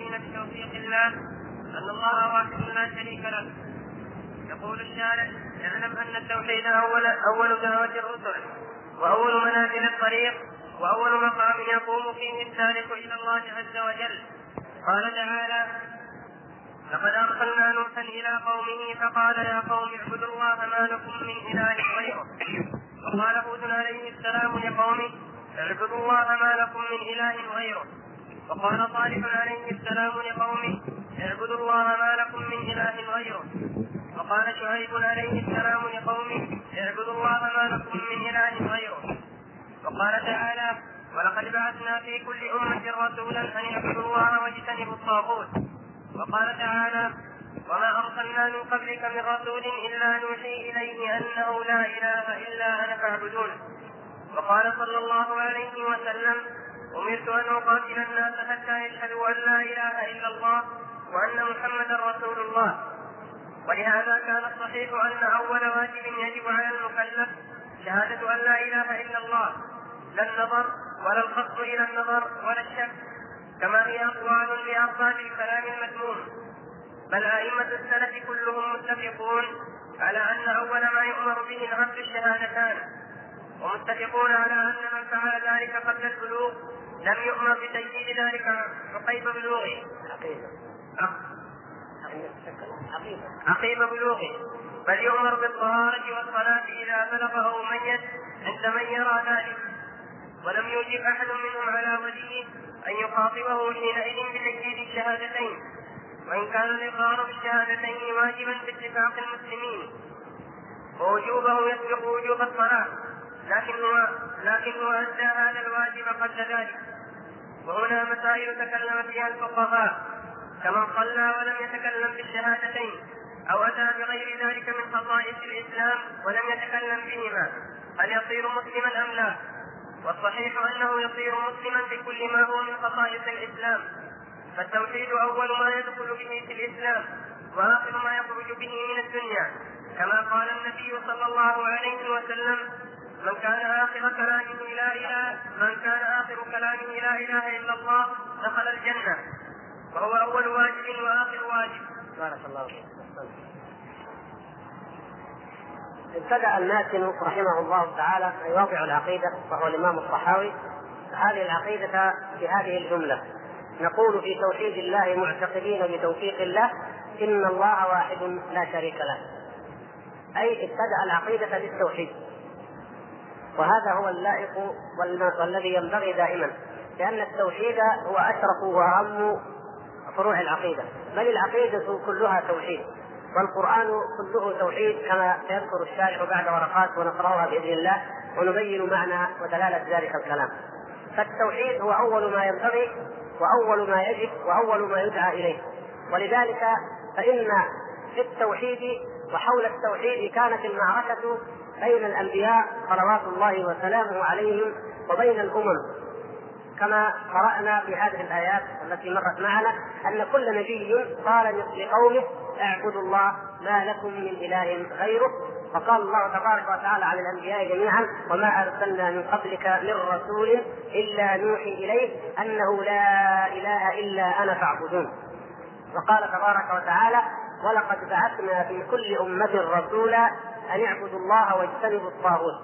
المعتقدين بتوفيق الله أن الله واحد لا شريك له. يقول الشارع: اعلم أن التوحيد أول دعوة الرسل، وأول منازل الطريق، وأول مقام يقوم فيه السالك إلى الله عز وجل. قال تعالى: لقد أرسلنا نوحا إلى قومه فقال يا قوم اعبدوا الله ما لكم من إله غيره. وقال هود عليه السلام لقومه اعبدوا الله ما لكم من إله غيره. وقال صالح عليه السلام لقومه اعبدوا الله ما لكم من إله غيره. وقال شعيب عليه السلام لقومه اعبدوا الله ما لكم من إله غيره. وقال تعالى: ولقد بعثنا في كل أمة رسولا أن يعبدوا الله واجتنبوا الطاغوت. وقال تعالى: وما أرسلنا من قبلك من رسول إلا نوحي إليه أنه لا إله إلا أنا فاعبدون. وقال صلى الله عليه وسلم: أمرت أن أقاتل الناس حتى يشهدوا أن لا إله إلا الله وأن محمدا رسول الله. ولهذا كان الصحيح أن أول واجب يجب على المكلف شهادة أن لا إله إلا الله، لا النظر ولا القصد إلى النظر ولا الشك، كما هي أقوال لأرباب الكلام المذموم. بل أئمة السلف كلهم متفقون على أن أول ما يؤمر به العبد الشهادتان، ومتفقون على أن من فعل ذلك قبل البلوغ لم يؤمر بتجديد ذلك عقيب بلوغه بل يؤمر بالطهارة والصلاة إذا بلغ أو ميت عند من يرى ذلك. ولم يوجب أحد منهم على وليه أن يخاطبه حينئذ بتجديد الشهادتين، وإن كان الإقرار بالشهادتين واجبا باتفاق المسلمين ووجوبه يسبق وجوب الصلاة، لكن هو أدى هذا الواجب قبل ذلك. وهنا مسائل تكلم فيها الفقهاء: كمن صلى ولم يتكلم بالشهادتين أو أتى بغير ذلك من خصائص الإسلام ولم يتكلم بهما، هل يصير مسلما أم لا؟ والصحيح أنه يصير مسلما بكل ما هو من خصائص الإسلام. فالتوحيد أول ما يدخل به في الإسلام وآخر ما يخرج به من الدنيا، كما قال النبي صلى الله عليه وسلم: من كان آخر كلامه لا إله إلا الله دخل الجنة. وهو أول واجب وآخر واجب. بارك الله فيك. ابتدأ الماتن رحمه الله تعالى أن يوضع العقيدة، وهو الإمام الطحاوي، هذه العقيدة بهذه الجملة: نقول في توحيد الله معتقدين بتوفيق الله إن الله واحد لا شريك له. أي ابتدأ العقيدة بالتوحيد، وهذا هو اللائق والذي ينبغي دائما، لأن التوحيد هو أشرف وأهم فروع العقيدة، بل العقيدة كلها توحيد، والقرآن كله توحيد كما سيذكر الشارح بعد ورقات ونقرأها بإذن الله ونبين معنى ودلالة ذلك الكلام. فالتوحيد هو أول ما ينبغي وأول ما يجب وأول ما يدعى إليه. ولذلك فإن في التوحيد وحول التوحيد كانت المعركة بين الأنبياء صلوات الله وسلامه عليهم وبين الأمم، كما قرأنا في هذه الآيات التي مرت معنا أن كل نبي قال لقومه اعبدوا الله ما لكم من إله غيره. فقال الله تبارك وتعالى على الأنبياء جميعا: وما أرسلنا من قبلك من رسول إلا نوحي إليه أنه لا إله إلا أنا فاعبدون. وقال تبارك وتعالى: ولقد بعثنا في كل أمة رسولا أن اعبدوا الله واجتنبوا الطاغوت.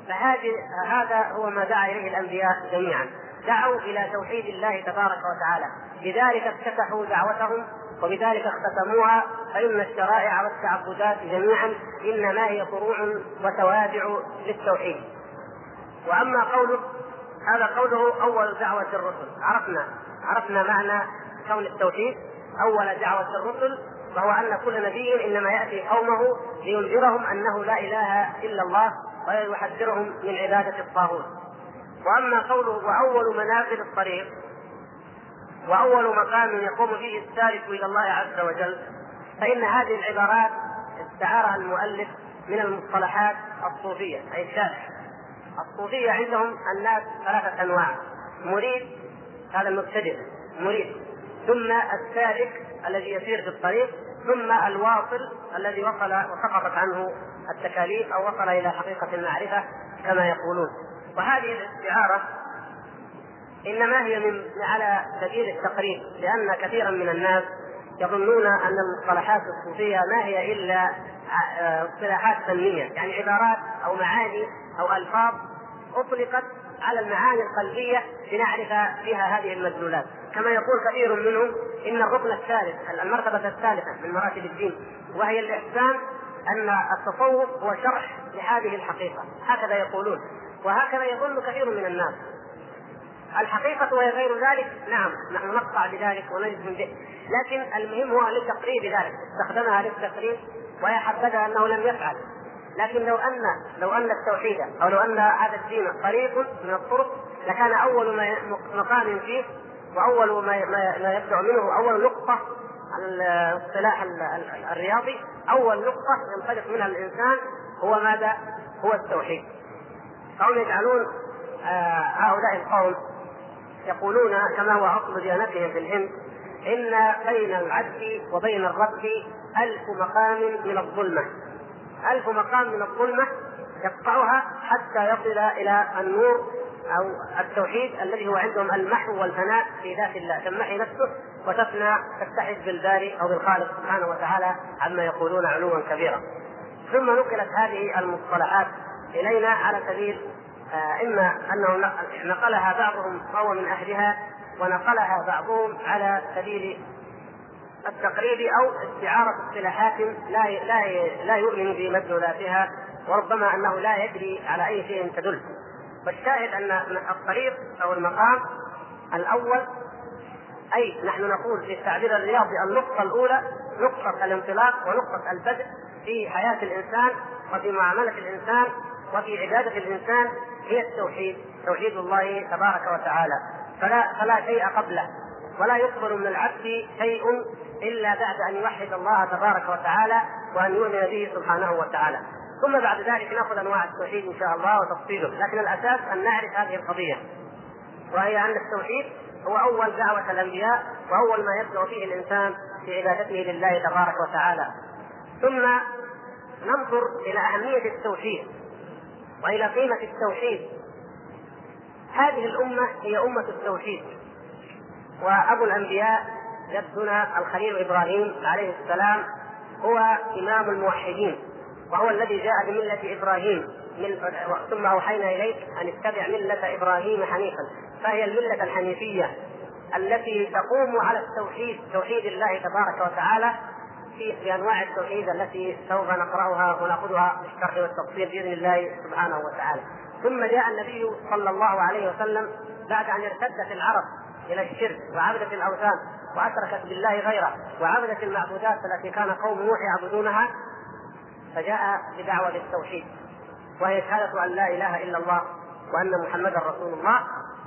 هذا هو ما دعا إليه الأنبياء جميعا، دعوا إلى توحيد الله تبارك وتعالى، بذلك افتتحوا دعوتهم وبذلك اختتموها. فإن الشرائع والتعبدات جميعا إنما هي فروع وتوابع للتوحيد. وأما قوله هذا قوله أول دعوة الرسل، عرفنا معنى كون التوحيد أول دعوة الرسل، وهو أن كل نبي إنما يأتي قومه لينذرهم أنه لا إله إلا الله ويحذرهم من عبادة الطاغوت. وأما قوله وأول منازل الطريق وأول مقام يقوم فيه السالك إلى الله عز وجل، فإن هذه العبارات استعارها المؤلف من المصطلحات الصوفية، أي الشارح. الصوفية عندهم الناس ثلاثة أنواع: مريد، هذا المبتدئ مريد، ثم السالك الذي يسير في الطريق، ثم الواصل الذي وصل وسقطت عنه التكاليف أو وصل إلى حقيقة المعرفة كما يقولون. وهذه الاستعارة إنما هي على سبيل التقريب، لأن كثيرا من الناس يظنون أن المصطلحات الصوفية ما هي إلا اصطلاحات فنية، يعني عبارات أو معاني أو ألفاظ أطلقت على المعاني القلبية لنعرف فيها هذه المدلولات. كما يقول كثير منهم إن الركن الثالث، المرتبة الثالثة من مراتب الدين وهي الإحسان، أن التصوف هو شرح لهذه الحقيقة، هكذا يقولون، وهكذا يظن كثير من الناس. الحقيقة وهي غير ذلك، نعم نحن نقطع بذلك ونجزم به، لكن المهم هو لتقريب ذلك، استخدمها للتقريب وهي حبذا أنه لم يفعل. لكن لو أن التوحيد أو لو أن هذا الدين طريق من الطرق لكان أول مقام فيه وأول ما يبدأ منه، أول نقطة الاصطلاح الرياضي، أول نقطة ينطلق منها الإنسان هو ماذا؟ هو التوحيد. فهم يجعلون هؤلاء القوم يقولون كما هو أصل ديانتهم في الهند إن بين العبد وبين الرب 1000 مقام من الظلمة، 1000 مقام من الظلمة يقطعها حتى يصل إلى النور أو التوحيد الذي هو عندهم المحو والفناء في ذات الله، تمحي نفسه وتفنى، تتحد بالباري أو بالخالق سبحانه وتعالى عما يقولون علوا كبيرا. ثم نقلت هذه المصطلحات إلينا على سبيل إما أنه نقلها بعضهم فهو من أهلها، ونقلها بعضهم على سبيل التقريب أو استعارة اصطلاحات لا يؤمن بمدلولاتها، وربما أنه لا يدري على أي شيء تدل. والشاهد أن الطريق أو المقام الأول، أي نحن نقول في التعبير الرياضي النقطة الأولى، نقطة الانطلاق ونقطة البدء في حياة الإنسان وفي معاملة الإنسان وفي عبادة الإنسان، هي التوحيد، توحيد الله تبارك وتعالى، فلا شيء قبله، ولا يقبل من العبد شيء إلا بعد أن يوحد الله تبارك وتعالى وأن يؤمن به سبحانه وتعالى. ثم بعد ذلك نأخذ أنواع التوحيد إن شاء الله وتفصيله، لكن الأساس أن نعرف هذه القضية، وهي أن التوحيد هو أول دعوة الأنبياء وأول ما يبدأ فيه الإنسان في عبادته لله تبارك وتعالى. ثم ننظر إلى أهمية التوحيد وإلى قيمة التوحيد. هذه الأمة هي أمة التوحيد، وأبو الأنبياء جدنا الخليل إبراهيم عليه السلام هو إمام الموحدين، وهو الذي جاء بملة إبراهيم ثم أوحينا إليك أن اتبع ملة إبراهيم حنيفا، فهي الملة الحنيفية التي تقوم على التوحيد، توحيد الله تبارك وتعالى في أنواع التوحيد التي سوف نقرأها ونأخذها بالشرح والتفصيل بإذن الله سبحانه وتعالى. ثم جاء النبي صلى الله عليه وسلم بعد أن ارتدت العرب إلى الشرك وعبدت الأوثان وأشركت بالله غيره وعبدت المعبودات التي كان قوم نوح يعبدونها، فجاء بدعوة للتوحيد، وهي شهادة أن لا إله إلا الله وأن محمدا رسول الله،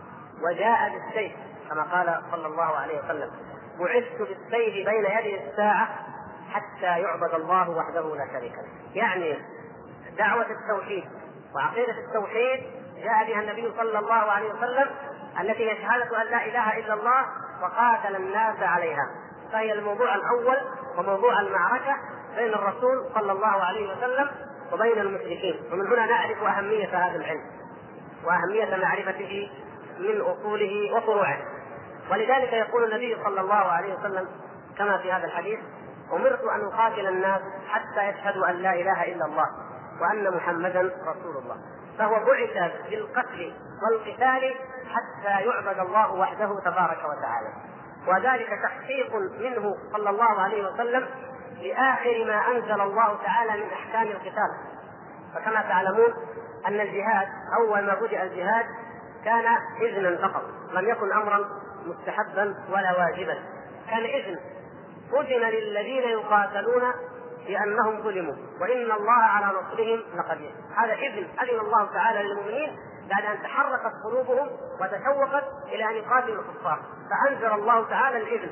وجاء بالسيف كما قال صلى الله عليه وسلم: بعثت بالسيف بين يدي الساعة حتى يعبد الله وحده لا شريك له. يعني دعوة التوحيد وعقيدة التوحيد جاء بها النبي صلى الله عليه وسلم، التي هي شهادة أن لا إله إلا الله، وقاتل الناس عليها، فهي الموضوع الأول وموضوع المعركة بين الرسول صلى الله عليه وسلم وبين المشركين. ومن هنا نعرف أهمية هذا العلم وأهمية معرفته من أصوله وفروعه. ولذلك يقول النبي صلى الله عليه وسلم كما في هذا الحديث: أمرت أن أقاتل الناس حتى يشهدوا أن لا إله إلا الله وأن محمدا رسول الله. فهو بعث بالقتل والقتال حتى يعبد الله وحده تبارك وتعالى، وذلك تحقيق منه صلى الله عليه وسلم لآخر ما أنزل الله تعالى من أحكام القتال. فكما تعلمون أن الجهاد أول ما بدأ الجهاد كان إذنا فقط، لم يكن أمرا مستحبا ولا واجبا، كان إذن، أذن للذين يقاتلون لأنهم ظلموا وإن الله على نصرهم لقدير. هذا أذن الله تعالى للمؤمنين بعد أن تحركت قلوبهم وتشوقت إلى أن يقاتلوا الكفار، فأنزل الله تعالى الإذن.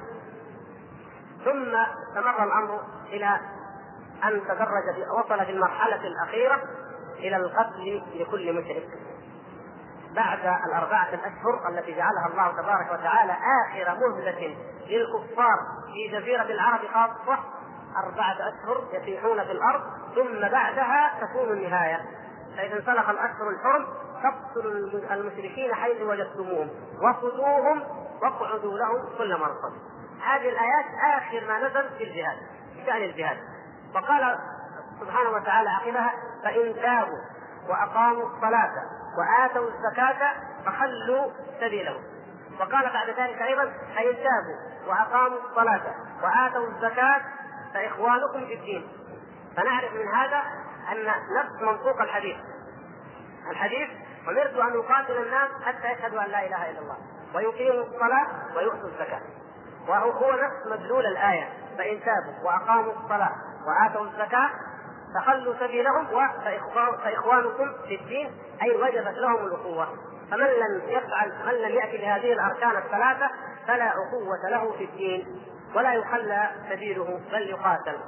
ثم استمر الأمر إلى أن وصل في المرحلة الأخيرة إلى القتل لكل مشرك بعد 4 الأشهر التي جعلها الله تبارك وتعالى آخر مهلة للكفار في جزيرة العرب خاصة، 4 أشهر يسيحون في الأرض ثم بعدها تكون النهاية. فإذا انسلخ الأشهر الحرم فاقتلوا المشركين حيث وجدتموهم وخذوهم واقعدوا لهم كل مرصد. هذه الآيات آخر ما نزل في الجهاد، في شأن الجهاد. وقال سبحانه وتعالى عقبها: فإن تابوا وأقاموا الصلاة وآتوا الزكاة فخلوا سبيلهم. وقال بعد ذلك أيضا: فإن تابوا وأقاموا الصلاة وآتوا الزكاة فإخوانكم في الدين. فنعرف من هذا أن نفس منطوق الحديث أمرت أن يقاتل الناس حتى يشهدوا أن لا إله إلا الله ويقيموا الصلاة ويؤتوا الزكاة، وهو نفس مدلول الآية: فإن تابوا وأقاموا الصلاة وآتوا الزكاة فخلوا سبيلهم فإخوانكم في الدين، أي وجبت لهم الأخوة. فمن لم يفعل، من لم يأتي بهذه الأركان الثلاثة فلا أخوة له في الدين ولا يخلى سبيله بل يقاتل.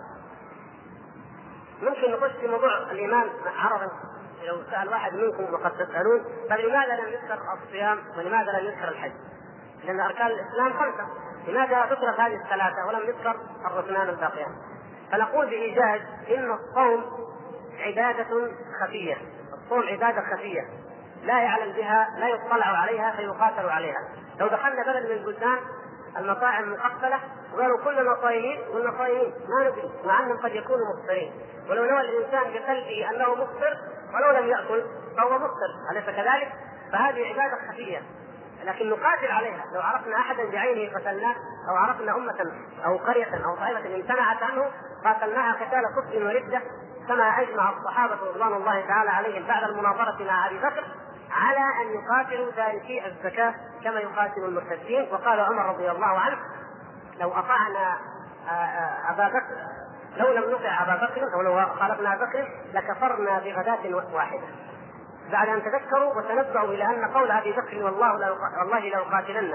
ممكن نخش في موضوع الإيمان عرضا. لو سأل واحد منكم وقد تسألون: فلماذا لم يذكر الصيام ولماذا لم يذكر الحج؟ لأن أركان الإسلام 5، لماذا ذكرت هذه الثلاثة ولم يذكر الركنان الباقيان؟ فنقول بإيجاز إن الصوم عبادة خفية، الصوم عبادة خفية لا يعلم بها، لا يطلع عليها فيقاتل عليها. لو دخلنا بلد من البلدان المطاعم المقفلة وقالوا كلنا صائمين، قلنا صائمين ما ندري، مع أنهم قد يكونوا مفطرين، ولو نوى الإنسان بقلبه أنه مفطر ولو لم يأكل فهو مفطر، أليس كذلك؟ فهذه عبادة خفية لكن نقاتل عليها. لو عرفنا أحدا بعينه قتلناه، أو عرفنا أمة أو قرية أو طائفة امتنعت عنه قاتلناها قتال كفر وردة، كما أجمع الصحابة رضوان الله تعالى عليهم بعد المناظرة مع أبي بكر على أن يقاتلوا تاركي الزكاة كما يقاتل المرتدين. وقال عمر رضي الله عنه: لو أطعنا أبا بكر، لو لم نطع أبا بكر أو لو خالفنا أبا بكر لكفرنا بغداة واحدة. بعد أن تذكروا وتنبأوا إلى أن قول أبي بكر والله لأقاتلن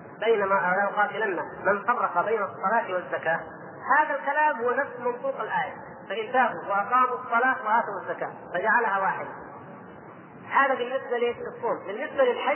من فرق بين الصلاة والزكاة، هذا الكلام هو نفس منطوق الآية: فإن تابوا وأقاموا الصلاة وآتوا الزكاة، فجعلها واحدة. هذا بالنسبة للصوم. بالنسبة للحج،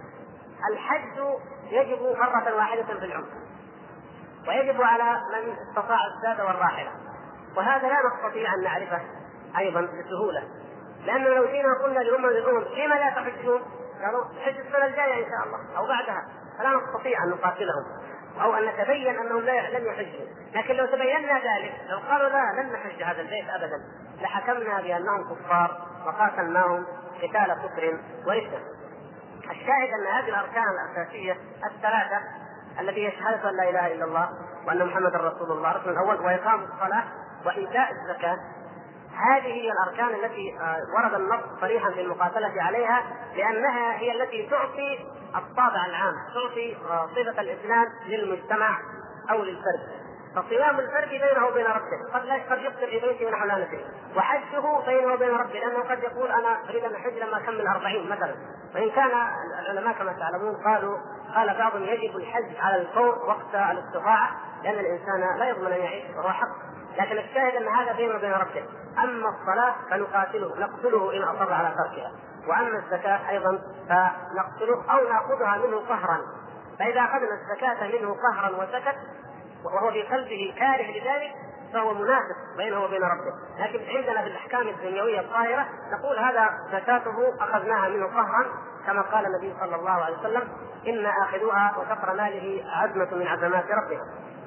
الحج يجب مرة واحدة في العمر، ويجب على من استطاع الزاد والراحلة، وهذا لا نستطيع أن نعرفه أيضا بسهولة، لأننا لو جينا قلنا للأمم لما لا تحجون؟ قالوا حج السنة الجاية إن شاء الله أو بعدها، فلا نستطيع أن نقاتلهم أو أن نتبين أنهم لن يحجوا. لكن لو تبينا ذلك، لو قالوا لا لن نحج هذا البيت أبدا، لحكمنا بأنهم كفار وقاتلناهم قتال كفر وردة. الشاهد أن هذه الأركان الأساسية الثلاثة التي يشهد أن لا إله إلا الله وأن محمد رسول الله، الركن الأول، وإقام الصلاة وإيتاء الزكاة، هذه هي الأركان التي ورد النص صريحا في المقاتلة عليها، لأنها هي التي تعطي الطابع العام، تعطي صفة الإسلام للمجتمع أو للفرد. فصيام الفرد بينه وبين ربه، قد يفطر في بيته ونحن لا ندري، وحجه بينه وبين ربه، لأنه قد يقول أنا أريد أن أحج لما أكمل 40 مثلا. وإن كان العلماء كما تعلمون قال بعضهم يجب الحج على الفور وقت الاستطاعة، لأن الإنسان لا يضمن أن يعيش وهو حق. لكن الشاهد أن هذا بينه وبين ربه. أما الصلاة نقتله إن أصر على تركها، وأما الزكاة أيضا فنقتله أو نأخذها منه قهرا. فإذا أخذنا الزكاة منه قهرا وسكت وهو في قلبه كاره لذلك فهو منافق بينه وبين ربه. لكن عندنا في الأحكام الدنيوية الظاهرة نقول هذا زكاته أخذناها منه قهرا، كما قال النبي صلى الله عليه وسلم: إن آخذوها وكفر ماله عزمة من عزمات ربها.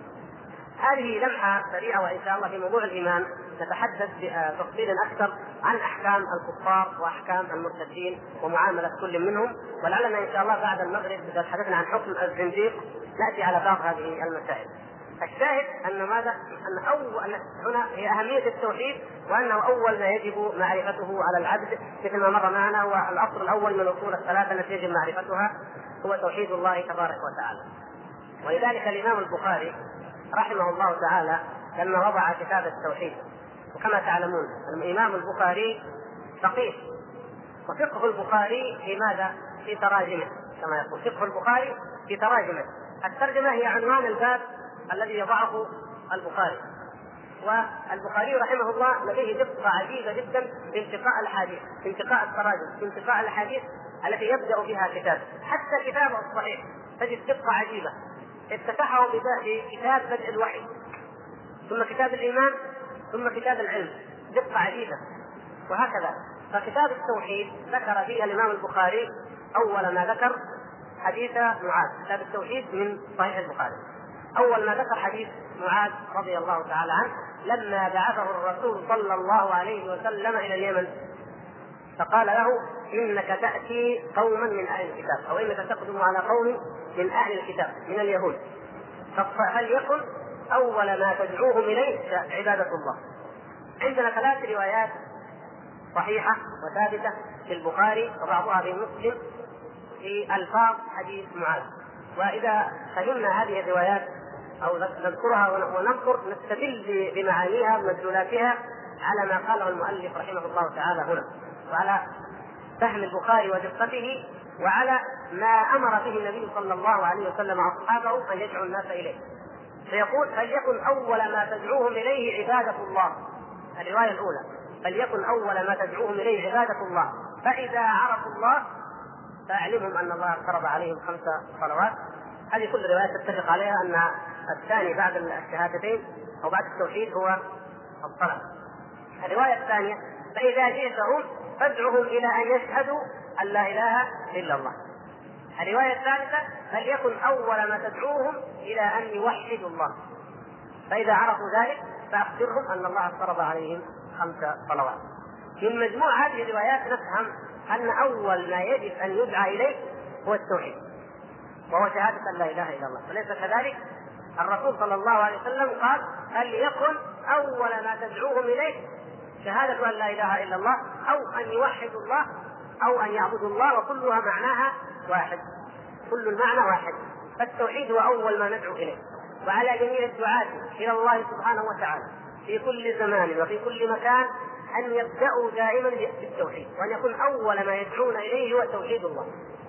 هذه لمحة سريعة، وإن شاء الله في موضوع الإيمان نتحدث بتفصيل أكثر عن أحكام الكفار وأحكام المرتدين ومعاملة كل منهم، ولعلنا إن شاء الله بعد المغرب إذا تحدثنا عن حكم الزنديق نأتي على بعض هذه المسائل. الشاهد أن هنا هي أهمية التوحيد، وأنه أول ما يجب معرفته على العبد مثل ما مر معنا، والأصل الأول من الأصول الثلاثة التي يجب معرفتها هو توحيد الله تبارك وتعالى. ولذلك الإمام البخاري رحمه الله تعالى لما وضع كتاب التوحيد، وكما تعلمون الإمام البخاري فقيه، وفقه البخاري في ماذا؟ في تراجمه، كما يقول فقه البخاري في تراجمه. الترجمة هي عنوان الباب الذي يضعه البخاري. والبخاري رحمه الله لديه دقة عجيبة جدا في انتقاء الحديث، في انتقاء التراجم، في انتقاء الحديث التي يبدأ بها كتاب. حتى كتابه الصحيح تجد دقة عجيبة، افتتحه بكتاب بدء الوحي، ثم كتاب الإيمان، ثم كتاب العلم، دقة عجيبة. وهكذا فكتاب التوحيد ذكر فيه الإمام البخاري أول ما ذكر حديث معاذ. كتاب التوحيد من صحيح البخاري أول ما ذكر حديث معاذ رضي الله تعالى عنه لما بعثه الرسول صلى الله عليه وسلم إلى اليمن، فقال له: إنك تأتي قوما من أهل الكتاب، أو إنك تقدم على قوم من أهل الكتاب من اليهود، فليكن أول ما تدعوهم إليه عبادة الله. عندنا 3 روايات صحيحة وثابتة في البخاري وبعضها في مسلم في ألفاظ حديث معاذ، وإذا فهمنا هذه الروايات أو نذكرها ونذكر نستدل بمعانيها ومدلولاتها على ما قاله المؤلف رحمه الله تعالى هنا، وعلى فهم البخاري ودقته، وعلى ما أمر به النبي صلى الله عليه وسلم أصحابه أن يدعوا الناس إليه. فيقول: فليكن أول ما تدعوهم إليه عبادة الله. الرواية الأولى: فليكن أول ما تدعوهم إليه عبادة الله، فإذا عرفوا الله فأعلمهم أن الله افترض عليهم 5 صلوات. هذه كل رواية تتفق عليها أن الثاني بعد الشهادتين أو بعد التوحيد هو الصلاة. الرواية الثانية: فإذا جئتهم فادعهم إلى أن يشهدوا أن لا إله إلا الله. الرواية الثالثة: فليكن أول ما تدعوهم إلى أن يوحدوا الله، فإذا عرفوا ذلك فأخبرهم أن الله افترض عليهم 5 صلوات. من مجموع هذه الروايات نفهم أن أول ما يجب أن يدعى إليه هو التوحيد، وهو شهادة أن لا إله إلا الله. وليس كذلك؟ الرسول صلى الله عليه وسلم قال: فليكن أول ما تدعوهم إليه شهادة أن لا إله إلا الله، أو أن يوحدوا الله، أو أن يعبدوا الله، وكلها معناها واحد، كل المعنى واحد. فالتوحيد هو أول ما ندعو إليه، وعلى جميع الدعاة إلى الله سبحانه وتعالى في كل زمان وفي كل مكان أن يبدأوا دائما بالتوحيد، وأن يكون أول ما يدعون إليه هو توحيد الله.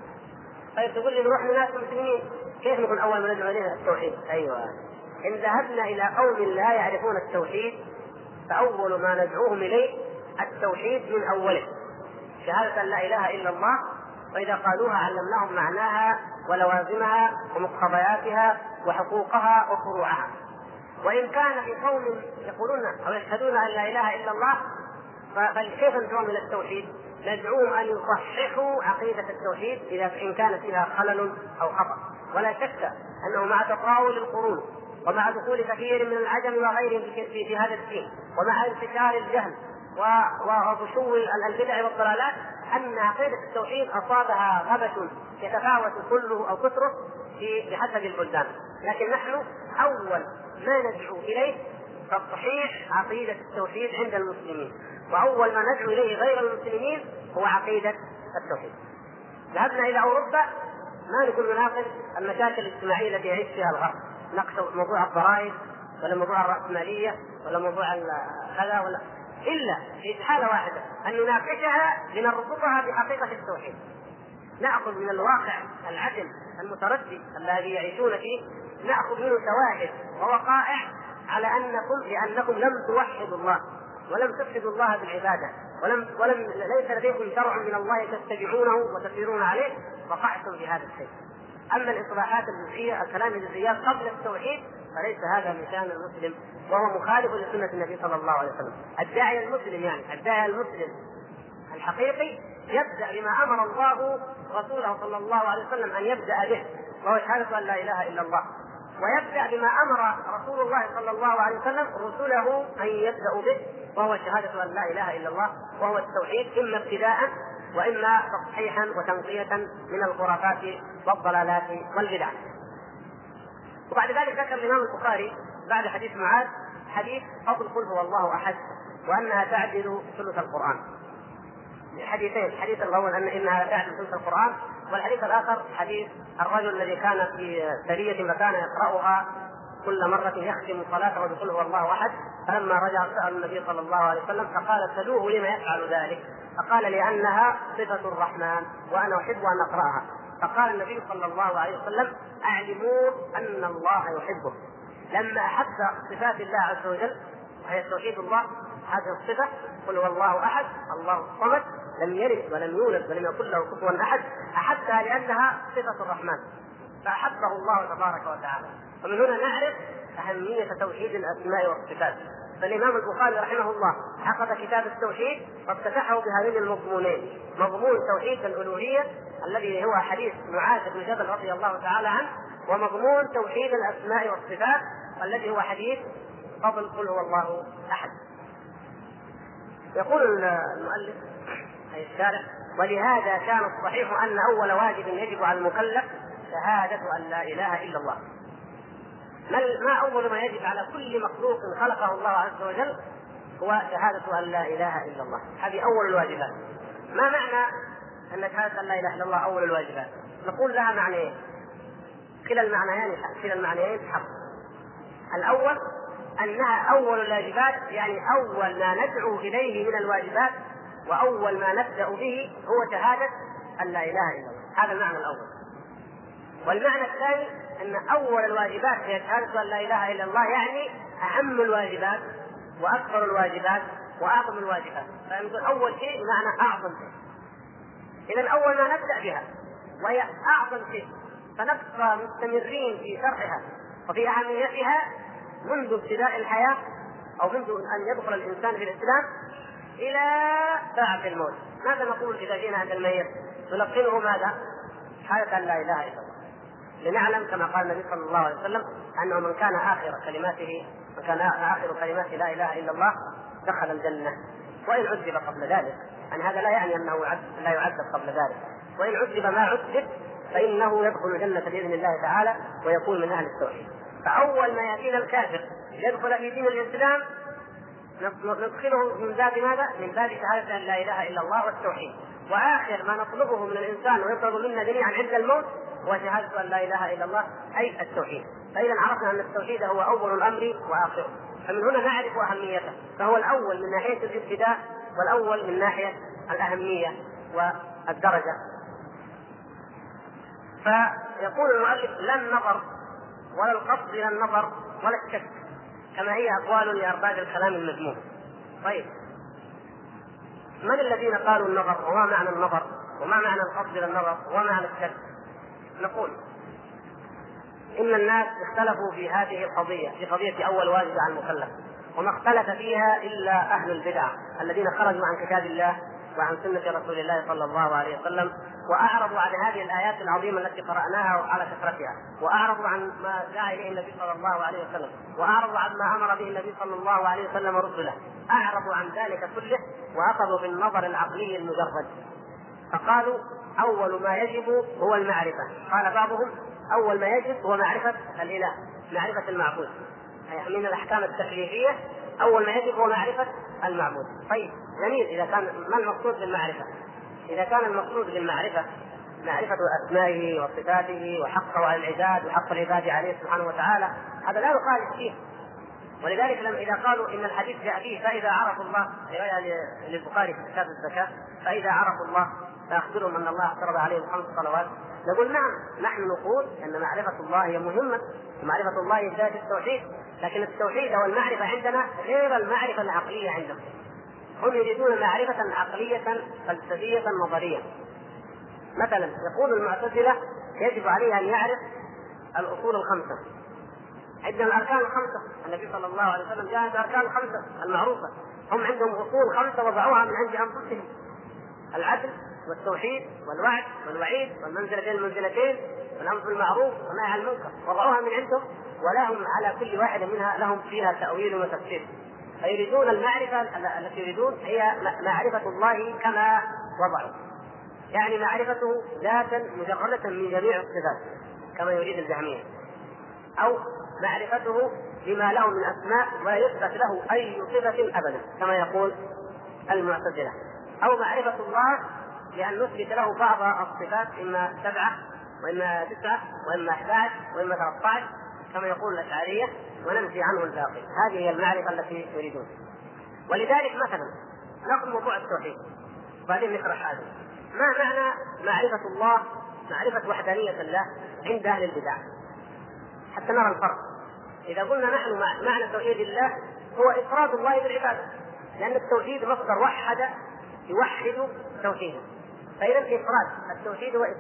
طيب تقول لي: نحن ناس مسلمين كيف نكون أول ما ندعو إليه التوحيد؟ أيوة، إن ذهبنا إلى قوم لا يعرفون التوحيد فأول ما ندعوهم إليه التوحيد من أوله، شهادة أن لا إله إلا الله، وإذا قالوها علمناهم معناها ولوازمها ومقتضياتها وحقوقها وفروعها. وإن كان في قوم يقولون أو يشهدون أن لا إله إلا الله فكيف ندعوهم إلى التوحيد؟ ندعوهم أن يصححوا عقيدة التوحيد إن كان فيها خلل أو خطأ. ولا شك أنه مع تطاول القرون ومع دخول كثير من العجم وغيرهم في هذا الدين، ومع انتشار الجهل وفشو البدع والضلالات، أن عقيدة التوحيد أصابها غبش يتفاوت كله أو كثره بحسب البلدان. لكن نحن أول ما ندعو إليه تصحيح عقيدة التوحيد عند المسلمين، وأول ما ندعو إليه غير المسلمين هو عقيدة التوحيد. ذهبنا إلى أوروبا ما نكون نناقش المشاكل الاجتماعية التي يعيش فيها الغرب، نقص موضوع الضرائب ولا موضوع الرأسمالية ولا موضوع هذا ولا، إلا في حالة واحدة أن نناقشها لنربطها بحقيقة التوحيد. نأخذ من الواقع العدل المتردي الذي يعيشون فيه، نأخذ منه شواهد ووقائع على لأنكم لم توحدوا الله ولم تفسدوا الله بالعبادة، ليس لديكم شرع من الله تتبعونه وتسيرون عليه، وقعتم بهذا الشيء. أما الإصلاحات الجزئية، الكلام الجزئيات قبل التوحيد، فليس هذا من شأن المسلم، وهو مخالف لسنة النبي صلى الله عليه وسلم. الداعي المسلم الداعي المسلم الحقيقي يبدأ بما أمر الله رسوله صلى الله عليه وسلم أن يبدأ به، وهو شهادة أن لا إله إلا الله، ويبدأ بما أمر رسول الله صلى الله عليه وسلم رسله أن يبدأوا به، وهو شهادة أن لا إله إلا الله، وهو التوحيد، إما ابتداء وإما تصحيحا وتنقية من الخرافات والضلالات والبدع. وبعد ذلك ذكر الإمام البخاري بعد حديث معاذ حديث فضل قل هو الله أحد، وأنها تعدل ثلث القرآن. حديثين: الحديث الأول إنها تعدل ثلث القرآن، والحديث الآخر حديث الرجل الذي كان في سرية فكان يقرأها كل مرة يختم صلاته بقل هو الله أحد، فلما رجع سأل النبي صلى الله عليه وسلم فقال: سلوه لما يفعل ذلك؟ فقال: لأنها صفة الرحمن وأنا أحب أن أقرأها. فقال النبي صلى الله عليه وسلم: أعلموا أن الله يحبه. لما أحب صفات الله عز وجل وهي توحيد الله، هذه الصفة قل هو الله أحد الله الصمد لم يلد ولم يولد ولم يكن له كفوا أحد، أحبها لأنها صفة الرحمن فأحبه الله تبارك وتعالى. ومن هنا نعرف أهمية توحيد الأسماء والصفات، فالإمام البخاري رحمه الله عقد كتاب التوحيد وافتتحه بهذين المضمونين: مضمون توحيد الألوهية الذي هو حديث معاذ بن جبل رضي الله تعالى عنه، ومضمون توحيد الأسماء والصفات الذي هو حديث فضل قل هو الله أحد. يقول المؤلف أي الشارح: ولهذا كان الصحيح أن أول واجب يجب على المكلف شهادة أن لا إله إلا الله. ما أول ما يجب على كل مخلوق خلقه الله عز وجل هو شهادة أن لا إله إلا الله. هذه أول الواجبات. ما معنى أن شهادة أن لا إله إلا الله أول الواجبات؟ نقول لها معنيين، كلا المعنيين حق. الأول أنها أول الواجبات، يعني أول ما ندعو إليه من الواجبات وأول ما نبدأ به هو شهادة أن لا إله إلا الله. هذا المعنى الأول. والمعنى الثاني أن أول الواجبات هي شهادة أن لا إله إلا الله، يعني أهم الواجبات وأكثر الواجبات وأعظم الواجبات. فنقول أول شيء بمعنى أعظم شيء. إذا أول ما نبدأ بها وهي أعظم شيء، فنبقى مستمرين في شرحها وفي أهميتها منذ ابتداء الحياة أو منذ أن يدخل الإنسان في الإسلام إلى ساعة الموت. ماذا نقول إذا جينا عند الميت؟ نلقنه ماذا؟ شهادة أن لا إله إلا الله، لنعلم كما قال النبي صلى الله عليه وسلم أنه من كان آخر كلمات لا إله إلا الله دخل الجنة وإن عذب قبل ذلك. يعني هذا لا يعني أنه لا يعذب قبل ذلك، وإن عذب ما عذب فإنه يدخل الجنة بإذن الله تعالى ويكون من أهل التوحيد. فأول ما يأتينا الكافر يدخل في دين الإسلام ندخله من باب ماذا؟ من باب شهادة أن لا إله إلا الله والتوحيد. وآخر ما نطلبه من الإنسان ويطلب منا جميعا عند الموت هو شهادة أن لا إله إلا الله، أي التوحيد. فإذا عرفنا أن التوحيد هو أول الأمر وآخره، فمن هنا نعرف أهميته، فهو الأول من ناحية الابتداء والأول من ناحية الأهمية والدرجة. فيقول المؤلف: لا النظر ولا القصد إلى النظر ولا الشك، كما هي أقوال لأرباب الكلام المذموم. طيب، من الذين قالوا النظر وما معنى النظر وما معنى القصد إلى النظر وما معنى الشك؟ نقول إن الناس اختلفوا في هذه القضية، في قضية أول واجب على المكلف، وما اختلف فيها إلا أهل البدع الذين خرجوا عن كتاب الله وعن سنة رسول الله صلى الله عليه وسلم، وأعرضوا عن هذه الآيات العظيمة التي قرأناها على كثرتها، وأعرضوا عن ما دعا إليه النبي صلى الله عليه وسلم، وأعرضوا عن ما أمر به النبي صلى الله عليه وسلم ورسله، أعرضوا عن ذلك كله وأخذوا بالنظر العقلي المجرد، فقالوا أول ما يجب هو المعرفة. قال بعضهم أول ما يجب هو معرفة الإله، معرفة المعبود، من الأحكام التكليفية أول ما يجب هو معرفة المعبود. طيب جميل، إذا كان ما المقصود بالمعرفة؟ إذا كان المقصود بالمعرفة معرفة أسمائه وصفاته وحقه على العباد وحق العباد عليه سبحانه وتعالى، هذا لا يخالف فيه. ولذلك إذا قالوا إن الحديث جاء فيه فإذا عرفوا الله، رواية للبخاري في كتاب الزكاة، فإذا عرفوا الله فأخبرهم أن الله افترض عليهم 5 صلوات، نقول نعم، نحن نقول أن معرفة الله هي مهمة، ومعرفة الله بداية التوحيد، لكن التوحيد والمعرفة عندنا غير المعرفة العقلية عندهم. هم يريدون معرفة عقلية فلسفية نظرية. مثلا يقول المعتزلة يجب عليه أن يعرف الأصول 5. عندنا الأركان 5، النبي صلى الله عليه وسلم جاء بأركان 5 المعروفة، هم عندهم أصول 5 وضعوها من عند أنفسهم: العدل والتوحيد والوعد والوعيد والمنزلتين والأمر بالمعروف والنهي عن المنكر، وضعوها من عندهم، ولهم على كل واحدة منها لهم فيها تأويل وتفسير. فيريدون المعرفة التي يريدون هي معرفة الله كما وضعوا، يعني معرفته ذاتا مجردة من جميع الصفات كما يريد الجهمية، أو معرفته بما له من أسماء ولا يثبت له أي صفة أبدا كما يقول المعتزلة، أو معرفة الله لأن نثبت له بعض الصفات إما 7 وإما 9 وإما 11 وإما 13 كما يقول الأشعرية، وننفي عنه الباقي. هذه هي المعرفة التي يريدون. ولذلك مثلا ناخذ موضوع التوحيد وبعدين نشرح هذا. ما معنى معرفة الله، معرفة وحدانية الله عند أهل البدع، حتى نرى الفرق. إذا قلنا نحن معنى توحيد الله هو إفراد الله بالعبادة، لأن التوحيد مصدر وحد يوحد توحيدا، فإذا إفراد التوحيد هو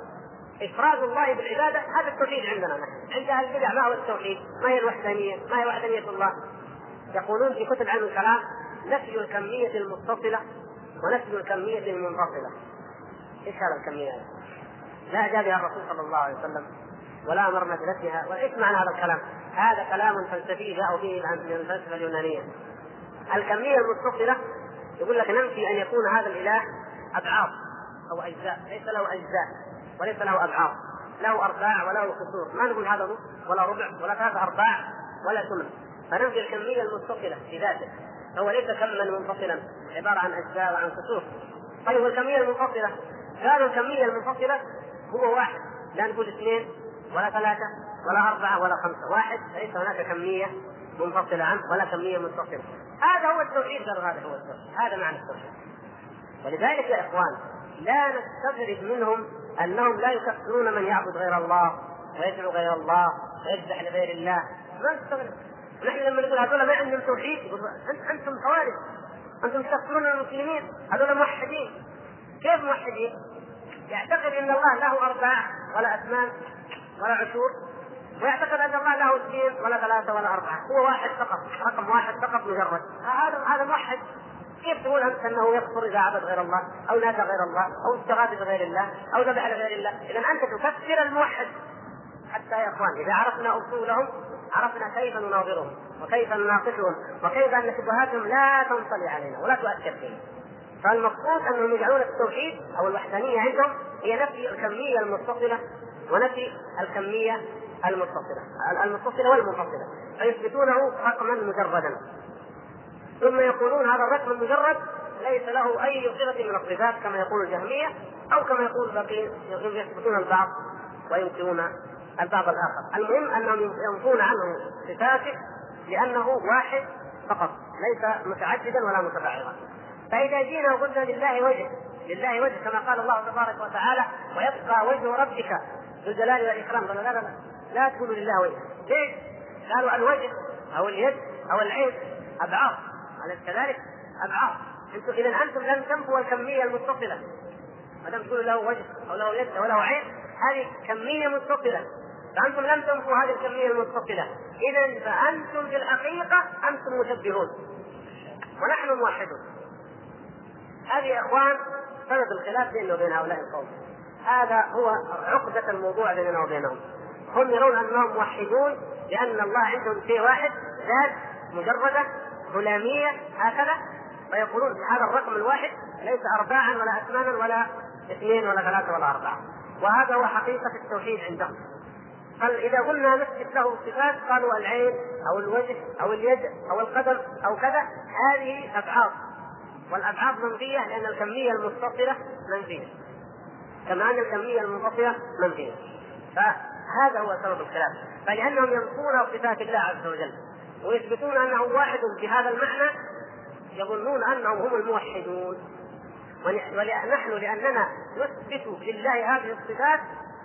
إفراد الله بالعبادة، هذا التوحيد عندنا نحن. عند أهل البدع ما هو التوحيد؟ ما هي الوحدانية؟ ما هي وحدانية الله؟ يقولون في كتب علم الكلام نفي الكمية المتصلة ونفي الكمية المنفصلة. ايش هذا الكمية؟ لا جاء بها الرسول صلى الله عليه وسلم ولا أمرنا بنفيها. وايش معنى هذا الكلام؟ هذا كلام فلسفي جاءوا به من الفلسفة اليونانية. الكمية المتصلة يقول لك ننفي أن يكون هذا الإله أبعاض أو أجزاء، ليس له أجزاء وليس له أبعاض، له أرباع وله كسور، ما نقول هذا نصف ولا ربع ولا ثلاثة أرباع ولا ثمن، فننفي الكمية المتصلة في ذاته، هو ليس كما منفصلا عبارة عن أجزاء وعن كسور. طيب الكمية المنفصلة، قالوا الكمية المنفصلة هو واحد، لا نقول اثنين ولا ثلاثة ولا أربعة ولا خمسة، واحد، ليس هناك كمية منفصلة عنه ولا كمية متصلة. هذا هو التوحيد، هذا هو التوحيد، هذا معنى التوحيد. ولذلك يا إخوان لا نستغرب منهم أنهم لا يكفرون من يعبد غير الله ويدعو غير الله ويذبح لغير الله، ما نستغرب. نحن لما نقول هذول ما عندهم توحيد يقول أنتم خوارج، أنتم تكفرون المسلمين، هذول موحدين. كيف موحدين؟ يعتقد أن الله له أرباع ولا أثمان ولا عشور، ويعتقد أن الله له اثنين ولا ثلاثة ولا أربعة، هو واحد فقط، رقم واحد فقط مجرد. هذا موحد. كيف تقول أنت أنه يكفر إذا عبد غير الله أو نادى غير الله أو استغاث بغير الله أو ذبح لغير الله؟ إذا أنت تكفر الموحد. حتى يا إخوان إذا عرفنا أصولهم عرفنا كيف نناظرهم وكيف نناقشهم وكيف أن شبهاتهم لا تنطلي علينا ولا تؤثر فينا. فالمقصود أنهم يجعلون التوحيد أو الوحدانية عندهم هي نفي الكمية المتصلة ونفي الكمية المتصلة والمنفصلة، فيثبتونه رقما مجردا، ثم يقولون هذا الرقم المجرد ليس له أي صفة من الصفات كما يقول الجهمية أو كما يقول الباقين، يثبتون البعض وينكرون البعض الآخر. المهم أنهم ينفون عنه صفاته لأنه واحد فقط ليس متعددا ولا متبعضا. فإذا جينا وقلنا لله وجه كما قال الله تبارك وتعالى ويبقى وجه ربك ذو الجلال والإكرام، قالوا لا تقولوا لله وجه. ليش؟ قالوا الوجه أو اليد أو العين أبعاض، أليس كذلك؟ أبعاض. إذا أنتم لم تنفوا الكمية المتصلة، ما دام تقولوا له وجه أو له يد أو له عين، هذه كمية متصلة، فأنتم لم تنفوا هذه الكمية المتصلة. إذا فأنتم في الحقيقة أنتم مشبهون ونحن موحدون. هذه يا إخوان سبب الخلاف بيننا وبين هؤلاء القوم، هذا هو عقدة الموضوع بيننا وبينهم. هم يرون أنهم موحدون لأن الله عندهم شيء واحد، ذات مجردة هلامية هكذا، ويقولون بهذا الرقم الواحد ليس أرباعا ولا أثمانا ولا اثنين ولا ثلاثة ولا أربعة، وهذا هو حقيقة التوحيد عندهم. قال إذا قلنا نثبت له صفات قالوا العين أو الوجه أو اليد أو القدم أو كذا، هذه أبعاض، والأبعاض منفية لأن الكمية المتصلة منفية كما أن الكمية المنفصلة منفية. فهذا هو سبب الخلاف، فلأنهم ينفون صفات الله عز وجل ويثبتون أنه واحد بهذا المعنى يظنون أنهم هم الموحدون، ونحن لأننا نثبت لله هذه الصفات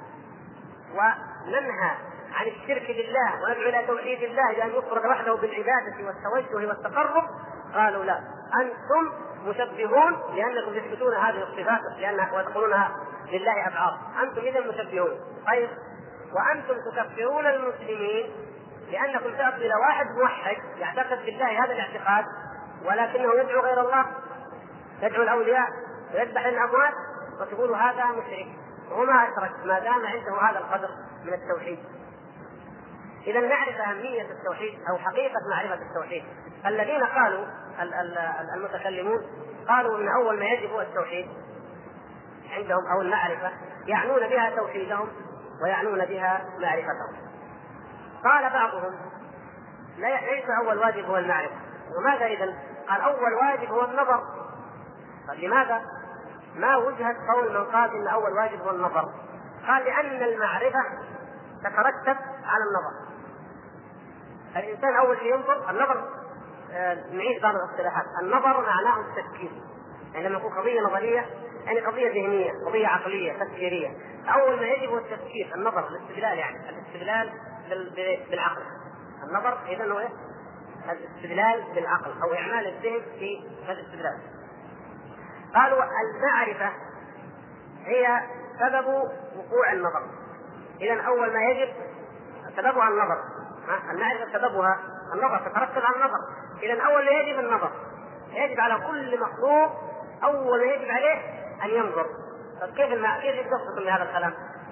وننهى عن الشرك بالله وندعو إلى توحيد الله بأن يفرد وحده بالعبادة والتوجه والتقرب، قالوا لا، أنتم مشبهون لأنكم تثبتون هذه الصفات وتقولونها لله أبعاض، أنتم إذن مشبهون. طيب وأنتم تكفرون المسلمين لأنكم تأتوا إلى واحد موحد يعتقد بالله هذا الاعتقاد ولكنه يدعو غير الله، يدعو الأولياء ويذبح الأموات، وتقولوا هذا مشرك وما أشرك ما دام عنده هذا القدر من التوحيد. إذا نعرف أهمية التوحيد أو حقيقة معرفة التوحيد. الذين قالوا المتكلمون قالوا من أول ما يجب التوحيد عندهم أو المعرفة يعنون بها توحيدهم ويعنون بها معرفتهم. قال بعضهم ليس أول واجب هو المعرفة. وماذا إذن؟ قال أول واجب هو النظر. قال لماذا؟ ما وجهة قول من قال إن أول واجب هو النظر؟ قال لأن المعرفة تترتب على النظر. الإنسان أول شيء ينظر. النظر نعيد بعض الاصطلاحات. النظر معناه التفكير، يعني لما يكون قضية نظرية يعني قضية ذهنية، قضية عقلية تفكيرية، أول ما يجب هو التفكير، النظر، الاستدلال، يعني الاستدلال بالعقل. النظر إذن هو الاستدلال بالعقل أو إعمال الذهن في هذا الاستدلال. قالوا المعرفة هي سبب وقوع النظر. إذن أول ما يجب سببها النظر، المعرفة سببها النظر، تترتب على النظر. إذا أول يجب النظر، يجب على كل مخلوق أول يجب عليه أن ينظر. طيب كيف يتصفوا بهذا الكلام؟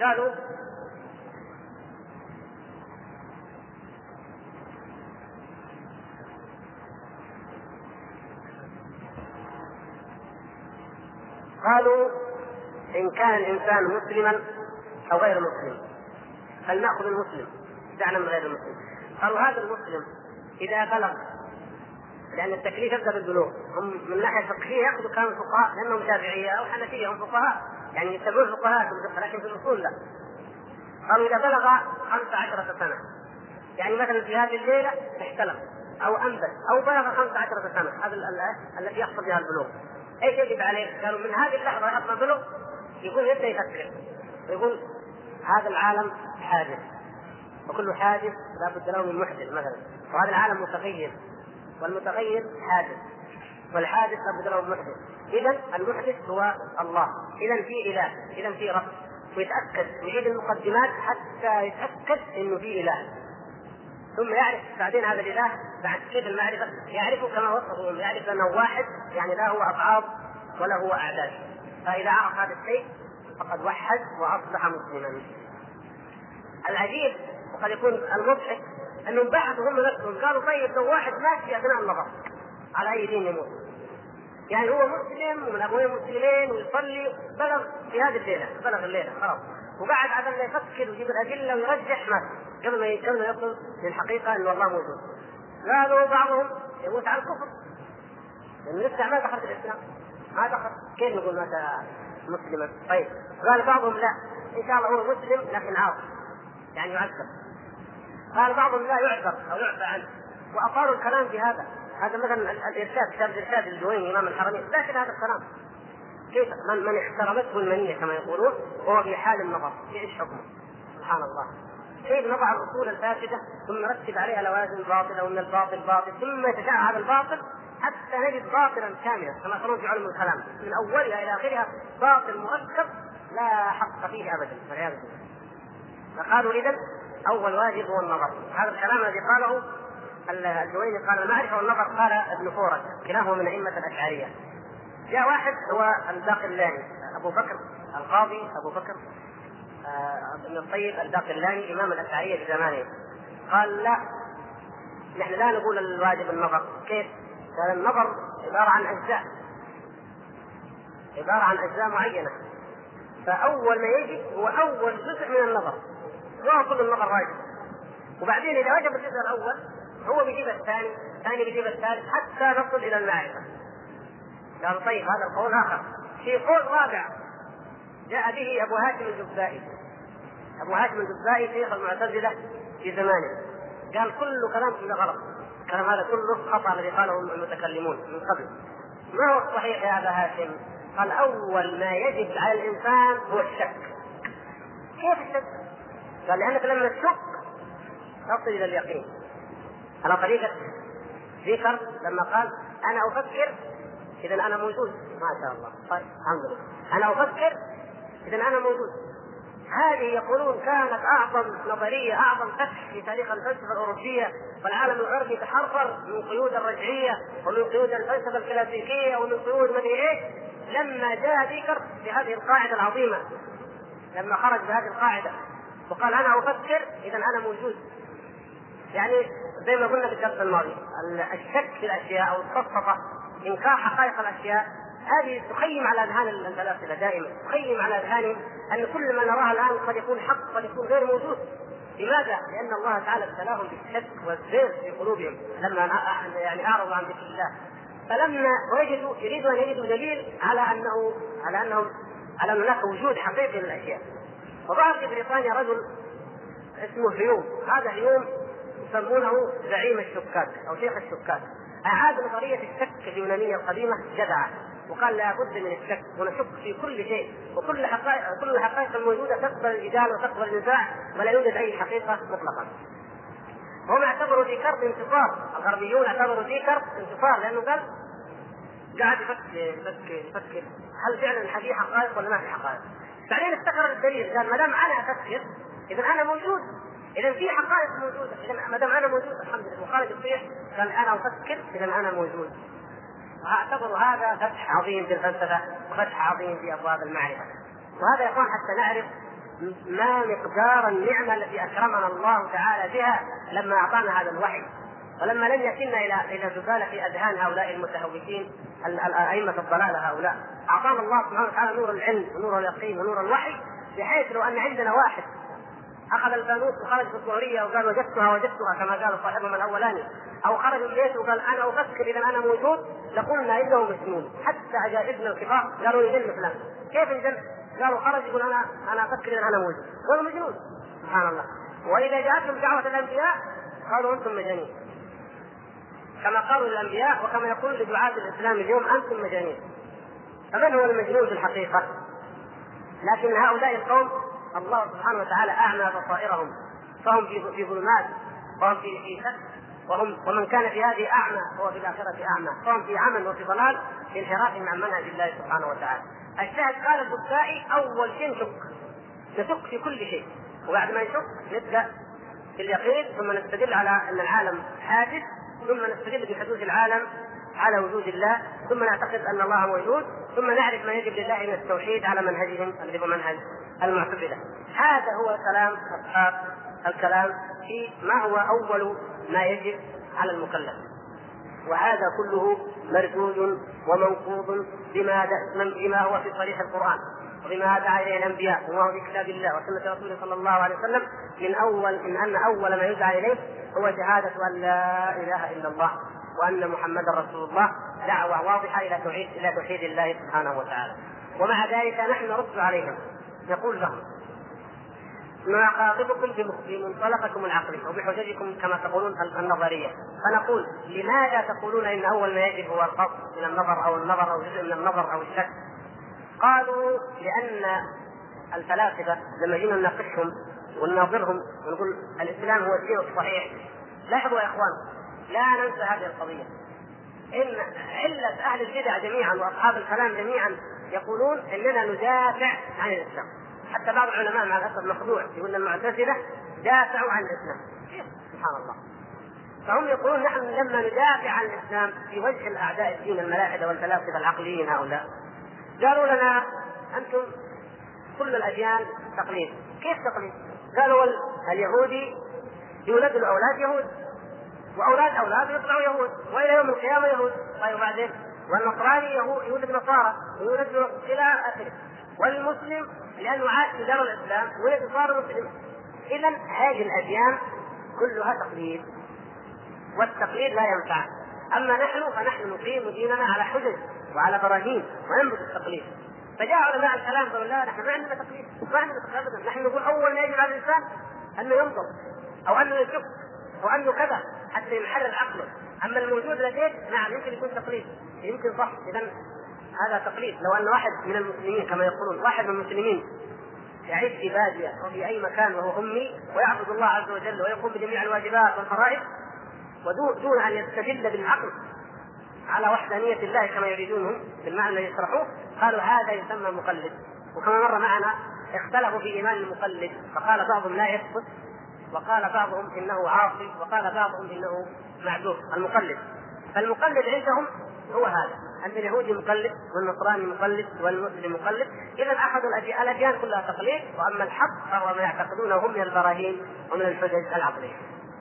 قالوا إن كان الإنسان مسلما أو غير مسلم فلنأخذ المسلم دعنا من غير المسلم. قالوا هذا المسلم إذا بلغ، لأن التكليف يبدأ بالبلوغ، هم من ناحية فقهية يأخذوا كلام الفقهاء لأنهم شافعية أو حنفية، هم فقهاء يعني يتبعون الفقهاء لكن في الأصول لا. قالوا إذا بلغ 15 سنة، يعني مثلا في هذه الليلة احتلم أو أنبت أو بلغ 15 سنة، هذا التي يحصل بها البلوغ، ايش يجب عليه؟ قالوا من هذه اللحظة لحظة بلغ يقول يبدأ يفكر، يقول هذا العالم حادث وكل حادث لا بد له من محدث مثلا، وهذا العالم متغير والمتغير حادث والحادث لا بد له من محدث، إذا المحدث هو الله، إذا في إله، إذا في رب، ويتأكد يعيد المقدمات حتى يتأكد إنه في إله، ثم يعرف بعدين هذا الإله. بعد كيف المعرفة؟ يعرفه كما وصفه، يعرف أنه واحد يعني لا هو أبعاد ولا هو أعداد، فإذا عرف هذا الشيء فقد وحد وأصبح مسلما. العجيب وقد يكون المضحك أنهم بعثوا هم نفسهم قالوا طيب لو واحد مات في أثناء النظر على أي دين يموت، يعني هو مسلم ومن أبوين مسلمين ويصلي، بلغ في هذه الليلة، بلغ الليلة خلاص، وقعد عشان يفكر ويجيب الأدلة ويرجح مات قبل ما يصل للحقيقة أن الله موجود. قالوا بعضهم يموت على الكفر لأنه لسه ما دخل في الإسلام، ما دخل، كيف نقول مات مسلما؟ طيب قال بعضهم لا إن شاء الله هو مسلم لكن عاصي يعني يعذب. قال بعضهم لا يعذر أو يعفى عنه، وأطالوا الكلام في هذا. هذا مثلا الإرشاد، كتاب الإرشاد الجويني إمام الحرمين لكن هذا الكلام كيف من احترمته المنية كما يقولون وهو في حال النظر يعيش حكمه. سبحان الله، كيف نضع الأصول الفاسدة ثم نرتب عليها لوازم باطلة ومن الباطل باطل ثم يتشعب هذا الباطل حتى نجد باطلا كاملا كما يقولون في علم الكلام من أولها إلى آخرها باطل مركب لا حق فيه أبدا والعياذ بالله. فقالوا إذن أول واجب هو النظر. هذا الكلام الذي قاله الجويني قال المعرفة والنظر قال ابن فورك كلاهما من أئمة الأشعرية. جاء واحد هو الباقلاني أبو بكر القاضي أبو بكر ابن الطيب الباقلاني إمام الأشعرية في زمانه، قال لا نحن لا نقول الواجب النظر. كيف؟ قال النظر عبارة عن أجزاء، عبارة عن أجزاء معينة، فأول ما يجي هو أول جزء من النظر، وهو كل النظر واجب، وبعدين إذا وجب الجزء الأول هو بيجيب الثاني، الثاني بيجيب الثالث حتى نصل إلى المعرفة. قال طيب هذا القول آخر. في قول رابع جاء به أبو هاشم الجبائي، أبو هاشم الجبائي شيخ المعتزلة في زمانه، قال كل كلام كله غلط، الكلام هذا كله خطأ الذي قاله المتكلمون من قبل. ما هو الصحيح يا أبا هاشم؟ قال أول ما يجب على الإنسان هو الشك. كيف الشك؟ قال لأنك لما تشك تصل إلى اليقين على طريقة ذكر لما قال أنا أفكر إذا أنا موجود، ما شاء الله طيب الحمد لله أنا أفكر إذا أنا موجود. هذه يقولون كانت أعظم نظرية أعظم فتح في تاريخ الفلسفة الأوروبية، والعالم الغربي تحرر من قيود الرجعية ومن قيود الفلسفة الكلاسيكية ومن قيود ما أدري إيه لما جاء ذكر بهذه القاعدة العظيمة، لما خرج بهذه القاعدة وقال أنا أفكر إذا أنا موجود. يعني زي ما قلنا في الدرس الماضي الشك في الأشياء أو السفسطة إنكار حقائق الأشياء هذه تخيم على أذهان الفلاسفة دائما، تخيم على أذهانهم أن كل ما نراه الآن قد يكون حق قد يكون غير موجود. لماذا؟ لأن الله تعالى ابتلاهم بالشك والزيغ في قلوبهم لما يعني أعرضوا عن ذكر الله، فلما يريدوا أن يجدوا دليل على أن هناك وجود حقيقي للأشياء. وظهر في بريطانيا رجل اسمه هيوم، هذا هيوم يسمونه زعيم الشكاك أو شيخ الشكاك، أعاد نظرية الشك اليونانية القديمة جدعة، وقال لا بد من الشك ونشك في كل شيء، وكل الحقائق الموجودة تقبل الجدال وتقبل النزاع ولا يوجد أي حقيقة مطلقا. هم اعتبروا ديكارت انتصار، الغربيون اعتبروا ديكارت انتصار لأنه قال قاعد يفكر هل فعلا في حقائق ولا ما في حقائق. بعدين افتكر الدليل، قال ما دام أنا أفكر إذا أنا موجود، إذا في حقائق موجودة، إذا ما دام أنا موجود الحمد لله. وخالد يصيح قال أنا أفكر إذا أنا موجود. وأعتبر هذا فتح عظيم في الفلسفة وفتح عظيم في أبواب المعرفة. وهذا يا إخوان حتى نعرف ما مقدار النعمة التي أكرمنا الله تعالى بها لما أعطانا هذا الوحي، ولما لم يكلنا إلى زبالة في أذهان هؤلاء المتهوكين أئمة الضلال. هؤلاء أعطانا الله سبحانه وتعالى نور العلم ونور اليقين ونور الوحي، بحيث لو أن عندنا واحد أخذ الفانوس وخرج في الظهرية وقال وجدتها كما قال صاحبهم الأولاني، أو خرج من بيته وقال أنا أفكر إذا أنا موجود، لقلنا إنه مجنون. حتى عجائزنا الكبار قالوا يجن فلان. كيف يجن؟ قالوا خرج يقول أنا أفكر إذا أنا موجود، وهو مجنون سبحان الله. وإذا جاءتهم دعوة الأنبياء قالوا أنتم مجانين، كما قالوا للأنبياء وكما يقول لدعاة الإسلام اليوم أنتم مجانين. فمن هو المجنون في الحقيقة؟ لكن هؤلاء القوم الله سبحانه وتعالى أعمى بصائرهم، فهم في ظلمات، وهم في شك، ومن كان في هذه أعمى هو في الآخرة أعمى، فهم في عمل وفي ضلال في انحرافهم عن منهج الله سبحانه وتعالى. الشاهد قال البكائي أول شيء نشك في كل شيء، وبعد ما نشك نبدأ في اليقين، ثم نستدل على أن العالم حادث، ثم نستدل بحدوث العالم على وجود الله، ثم نعتقد أن الله موجود، ثم نعرف ما يجب لله من التوحيد على منهجهم الذي هو منهج المعتزلة. هذا هو كلام أصحاب الكلام في ما هو أول ما يجب على المكلف، وهذا كله مردود ومنقوض بما هو في صريح القرآن وبما دعا إليه الأنبياء وهو في كتاب الله وسنة رسوله صلى الله عليه وسلم، من أن أول ما يدعى إليه هو شهادة أن لا إله إلا الله وأن محمدا رسول الله، دعوة واضحة إلى توحيد الله سبحانه وتعالى. ومع ذلك نحن نرد عليهم نقول لهم نخاطبكم بمنطلقكم العقلي وبحججكم كما تقولون النظرية، فنقول لماذا تقولون إن أول ما يجب هو القصد من النظر أو جزء من النظر أو الشك؟ قالوا لأن الفلاسفة لما جينا نناقشهم ونناظرهم ونقول الإسلام هو الدين الصحيح، لاحظوا يا إخوان لا ننسى هذه القضية، إن علة أهل البدع جميعا وأصحاب الكلام جميعا يقولون إننا ندافع عن الإسلام. حتى بعض العلماء مع الأسف مخدوع يقول المعتزلة دافعوا عن الإسلام، سبحان الله. فهم يقولون نحن لما ندافع عن الإسلام في وجه الأعداء الدين الملاحدة والفلاسفة العقليين هؤلاء، قالوا لنا أنتم كل الأديان تقليد. كيف تقليد؟ قالوا اليهودي يولد الأولاد يهود، وأولاد أولاد يطلعوا يهود، وإلى يوم القيامة يهود. طيب وبعدين؟ والنصراني يولد نصارى ويولد إلى آخره. والمسلم لأنه عاش في دار الإسلام ولد صار مسلم. إذا هذه الأديان كلها تقليد، والتقليد لا ينفع. أما نحن فنحن نقيم ديننا على حجج وعلى براهين وننبذ التقليد. فجاء علماء الكلام قالوا لا نحن ما عندنا تقليد، ما عندنا تقليد، نحن نقول أول ما يجب على الإنسان أنه ينظر أو أنه يشك أو أنه كذا حتى ينحرر عقله. أما الموجود لديك نعم يمكن يكون تقليد، يمكن صح. إذا هذا تقليد. لو أن واحد من المسلمين كما يقولون واحد من المسلمين يعيش في بادية أو في أي مكان وهو أمي ويعبد الله عز وجل ويقوم بجميع الواجبات والفرائض ودون أن يستدل بالعقل على وحدانية الله كما يريدونه بالمعنى الذي يشرحوه، قالوا هذا يسمى مقلد. وكما مر معنا اختلفوا في إيمان المقلد، فقال بعضهم لا يثبت، وقال بعضهم إنه عاصي، وقال بعضهم إنه معذور. المقلد فالمقلد عندهم هو هذا، أن اليهودي مقلد والنصراني مقلد والمسلم مقلد. إذا أخذوا الأديان كلها تقليد، وأما الحق فهو ما يعتقدونه هم من البراهين ومن الحجج العقلية.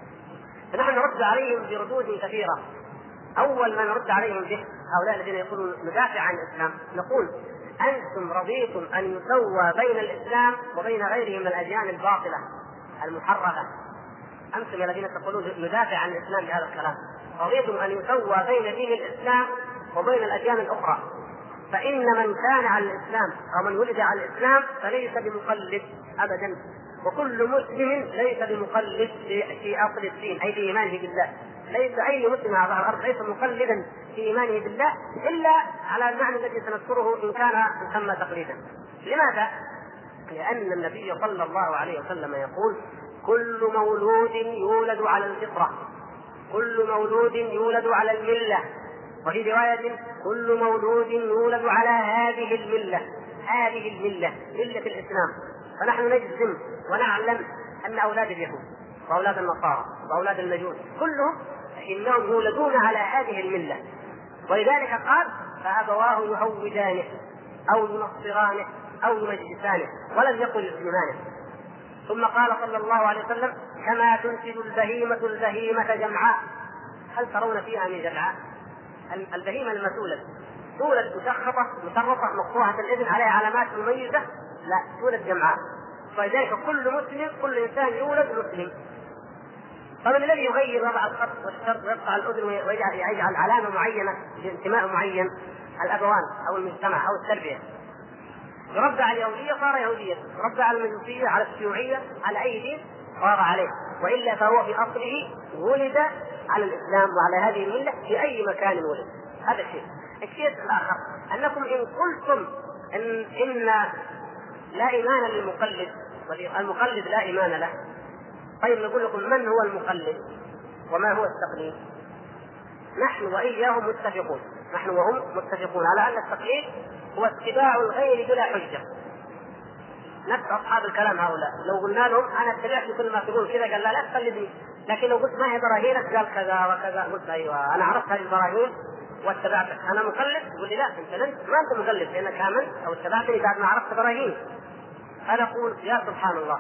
فنحن نرد عليهم بردود كثيرة. أول ما نرد عليهم به هؤلاء الذين يقولون ندافع عن الإسلام، نقول أنتم رضيتم أن يسوى بين الإسلام وبين غيره من الأديان الباطلة المحرفة. أنتم الذين تقولون ندافع عن الإسلام بهذا الكلام رضيتم أن يسوى بين دين الإسلام وبين الأديان الأخرى، فإن من كان على الإسلام أو من ولد على الإسلام فليس بمقلد أبدا، وكل مسلم ليس بمقلد في أصل الدين أي في إيمانه بالله. ليس أي مسلم على الأرض ليس مقلدا في إيمانه بالله إلا على المعنى الذي سنذكره إن كان يسمى تقليدا. لماذا؟ لأن النبي صلى الله عليه وسلم يقول كل مولود يولد على الفطرة، كل مولود يولد على الملة، وفي رواية كل مولود يولد على هذه الملة، هذه الملة ملة الإسلام. فنحن نجزم ونعلم أن أولاد اليهود وأولاد النصارى وأولاد المجوس كلهم إنهم يولدون على هذه الملة. ولذلك قال فأبواه يهودانه أو ينصرانه أو يمجسانه، ولم يقل يسلمانه. ثم قال صلى الله عليه وسلم كما تنتج البهيمة جمعاء هل ترون فيها من جمعاء؟ البهيمة لما تولد مشرطة مقطوعة الإذن عليها علامات مميزة، لا تولد جمعاء. فلذلك كل مسلم كل إنسان يولد مسلم. فمن الذي يغير وضع الخط والشرط ويقطع الأذن ويجعل علامة معينة لانتماء معين؟ الأبوان أو المجتمع أو التربية. يربى على اليهودية صار يهوديا، يربى على المجوسية على الشيوعية على أي دين صار عليه، وإلا فهو في أصله ولد على الإسلام وعلى هذه الملة في أي مكان ولد. هذا الشيء الآخر أنكم إن قلتم إن لا إيمان للمقلد والمقلد لا إيمان له، طيب نقول لكم من هو المقلد وما هو التقليد؟ نحن وإياهم متفقون، نحن وهم متفقون على أن التقليد هو اتباع الغير بلا حجة. نفس أصحاب الكلام هؤلاء لو قلنا لهم أنا اتبعت كل ما تقول كذا قال لا تقلدني، لكن لو قلت ما هي براهينك قال كذا وكذا، قلت أيوة أنا عرفت هذه البراهين واتبعتك، أنا مقلد؟ يقول لي لا أنت ما أنت مقلد لأنك آمنت أو اتبعتني بعد ما عرفت براهين. أنا أقول يا سبحان الله،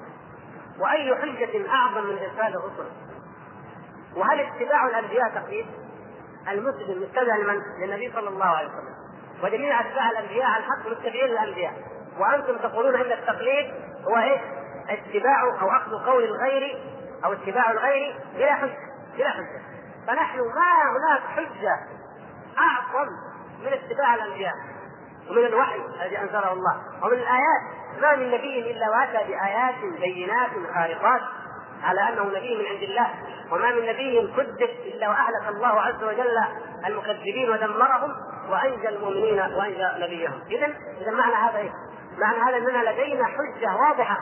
وأي حجة أعظم من إرسال الرسل؟ وهل اتباع الأنبياء تقليد؟ المسلم متبع للنبي صلى الله عليه وسلم، وجميع أتباع الأنبياء على الحق متبعين للأنبياء، وأنتم تقولون أن التقليد هو إيه؟ اتباع أو أخذ قول الغير أو اتباع الغير بلا حجة. فنحن ما هناك حجة أعظم من اتباع الأنبياء ومن الوحي الذي أنزله الله ومن الآيات. ما من نبي إلا وأتى بآيات بينات خارقات على أنه نبي من عند الله، وما من نبي كذب إلا وأهلك الله عز وجل المكذبين ودمرهم وأنجى المؤمنين وأنجى نبيهم. إذا معنى هذا إيه؟ معنى هذا أننا لدينا حجة واضحة،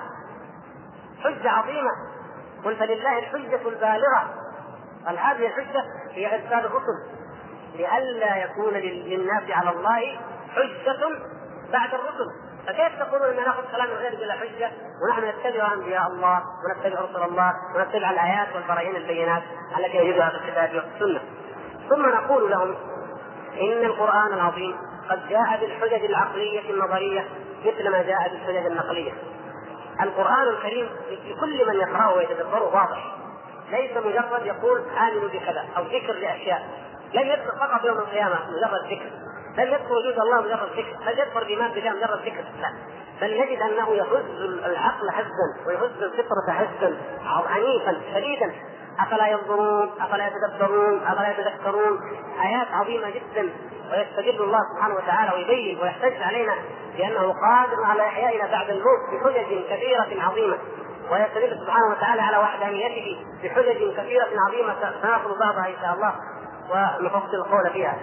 حجة عظيمة. قل فلله الحجة البالغة. قال هذه الحجة هي إرسال الرسل لئلا يكون للناس على الله حجة بعد الرسل. فكيف تقولون ان ناخذ كلام الغير بلا حجه ونحن نتبع انبياء الله ونتبع رسل الله ونتبع الايات والبراهين البينات التي يجدها في الكتاب والسنه؟ ثم نقول لهم ان القران العظيم قد جاء بالحجج العقليه النظريه مثل ما جاء بالحجج النقليه. القران الكريم لكل من يقراه ويتدبره واضح، ليس مجرد يقول امنوا بكذا او ذكر لاشياء. لن يذكر فقط يوم القيامه مجرد ذكر، لن يذكر وجود الله مجرد ذكر، لن يذكر الايمان بالله مجرد ذكر، لا، بل نجد انه يهز العقل هزا ويهز الفطره هزا عنيفا شديدا. افلا ينظرون افلا يتدبرون افلا يتذكرون، ايات عظيمه جدا. ويستدل الله سبحانه وتعالى ويبين ويحتج علينا بانه قادر على احيائنا بعد الموت بحجج كثيره عظيمه، ويستدل سبحانه وتعالى على وحدانيته بحجج كثيره عظيمه سناخذ بعضها ان شاء الله ونفصل القول فيها.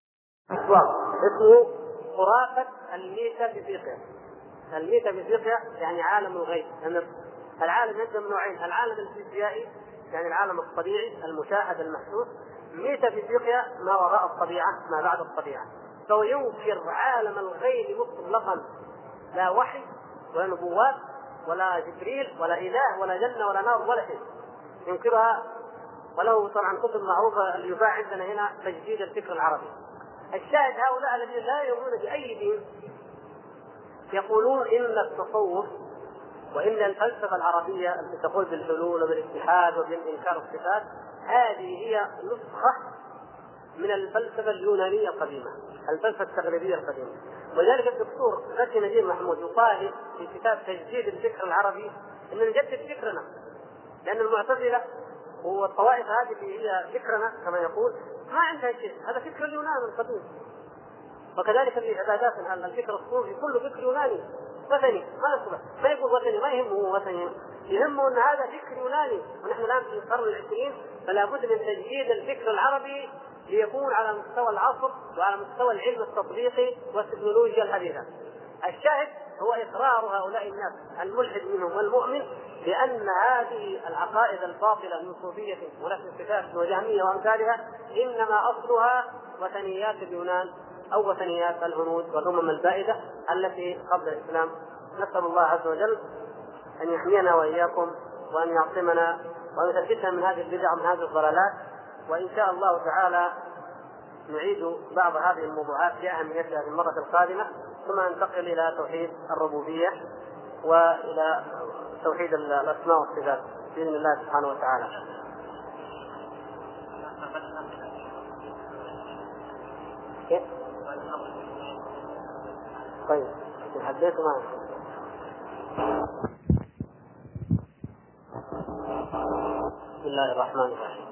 اسمه خرافة الميتافيزيقيا. الميتافيزيقيا يعني عالم الغيب. العالم يبدأ من نوعين: العالم الفيزيائي يعني العالم الطبيعي المشاهد المحسوس، ميتافيزيقيا ما وراء الطبيعة ما بعد الطبيعة. فهو ينكر عالم الغيب مطلقا، لا وحي ولا نبوات ولا جبريل ولا إله ولا جنة ولا نار ولا شيء، ينكرها. وله طبعا كتب معروفة اللي يباع عندنا هنا تجديد الفكر العربي. الشاهد هؤلاء الذين لا يؤمنون بأي دين يقولون إن التصوف وإن الفلسفة العربية التي تقول بالحلول وبالاتحاد وبالإنكار الصفات هذه هي نسخة من الفلسفة اليونانية القديمة، الفلسفة التغريبية القديمة. ولذلك الدكتور فتحي نجيب محمود يطالب في كتاب تجديد الفكر العربي أن نجدد فكرنا، لأن المعتزلة والطوائف هذه هي فكرنا كما يقول ما عندها شيء، هذا فكر اليونان القديم. وكذلك في عباداتنا الفكر الصوفي كله فكر يوناني وثني، ما يقول وثني، ما يهمه وثني، يهمه ان هذا فكر يوناني. ونحن الان في القرن العشرين فلا بد من تجديد الفكر العربي ليكون على مستوى العصر وعلى مستوى العلم التطبيقي والتكنولوجيا الحديثة. الشاهد هو إقرار هؤلاء الناس الملحد منهم والمؤمن بأن هذه العقائد الباطلة من صوفية ونفس الصفات وجهمية وأمثالها إنما أصلها وثنيات اليونان أو وثنيات الهنود والأمم البائدة التي قبل الإسلام. نسأل الله عز وجل أن يحمينا وإياكم وأن يعصمنا وأن يثبتنا من هذه البدع ومن هذه الضلالات. وإن شاء الله تعالى نعيد بعض هذه الموضوعات بأهميتها في المرة القادمة، ثم ننتقل إلى توحيد الربوبية وإلى توحيد الأسماء والصفات بإذن الله سبحانه وتعالى. طيب حديث معك. بسم الله الرحمن الرحيم.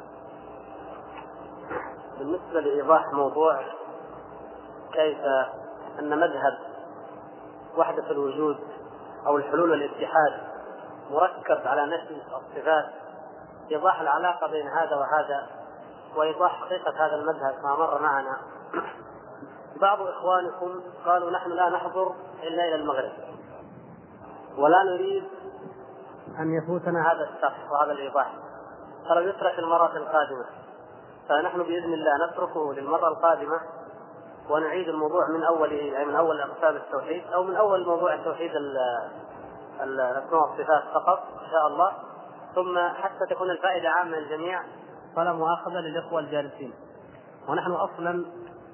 بالنسبة لإيضاح موضوع كيف أن مذهب وحدة الوجود أو الحلول والاتحاد مركب على نفي الصفات، إيضاح العلاقة بين هذا وهذا وإيضاح حقيقة هذا المذهب ما مر معنا. بعض إخوانكم قالوا نحن لا نحضر إلا إلى المغرب ولا نريد أن يفوتنا هذا الشرح وهذا الإيضاح، فلو يترك المرة القادمة. فنحن بإذن الله نتركه للمرة القادمة ونعيد الموضوع من أوله، يعني من أول أقسام التوحيد أو من أول موضوع التوحيد الأسماء والصفات فقط إن شاء الله، ثم حتى تكون الفائدة عامة للجميع فلا مؤاخذة للإخوة الجالسين. ونحن أصلا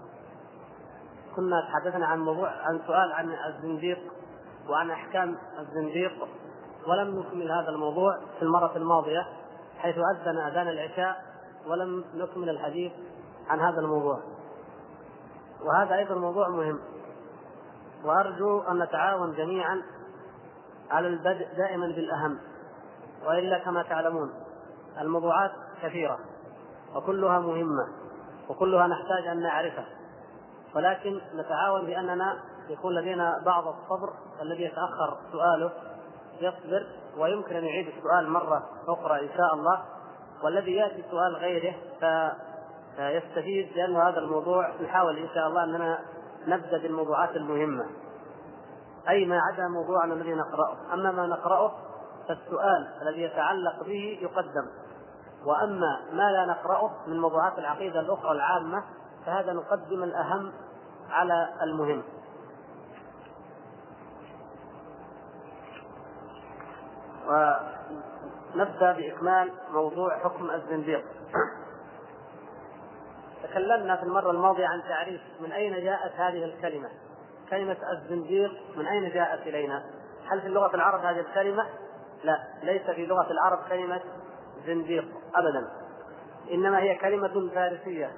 كنا تحدثنا عن سؤال عن الزنديق وعن أحكام الزنديق، ولم نكمل هذا الموضوع في المرة الماضية حيث أذن أذان العشاء ولم نكمل الحديث عن هذا الموضوع، وهذا أيضا موضوع مهم. وأرجو أن نتعاون جميعا على البدء دائما بالأهم، وإلا كما تعلمون الموضوعات كثيرة وكلها مهمة وكلها نحتاج أن نعرفها، ولكن نتعاون بأننا يكون لدينا بعض الصبر، الذي يتأخر سؤاله يصبر ويمكن أن يعيد السؤال مرة أخرى إن شاء الله، والذي يأتي سؤال غيره فيستفيد، لأن هذا الموضوع نحاول إن شاء الله أننا نبدأ بالموضوعات المهمة، أي ما عدا موضوعنا الذي نقرأه. أما ما نقرأه فالسؤال الذي يتعلق به يقدم، وأما ما لا نقرأه من موضوعات العقيدة الأخرى العامة فهذا نقدم الأهم على المهم. ونبدأ بإكمال موضوع حكم الزنديق. تكلمنا في المرة الماضية عن تعريف من أين جاءت هذه الكلمة، كلمة الزنديق من أين جاءت إلينا؟ هل في لغة العرب هذه الكلمة؟ لا، ليس في لغة العرب كلمة زنديق أبدا، إنما هي كلمة فارسية،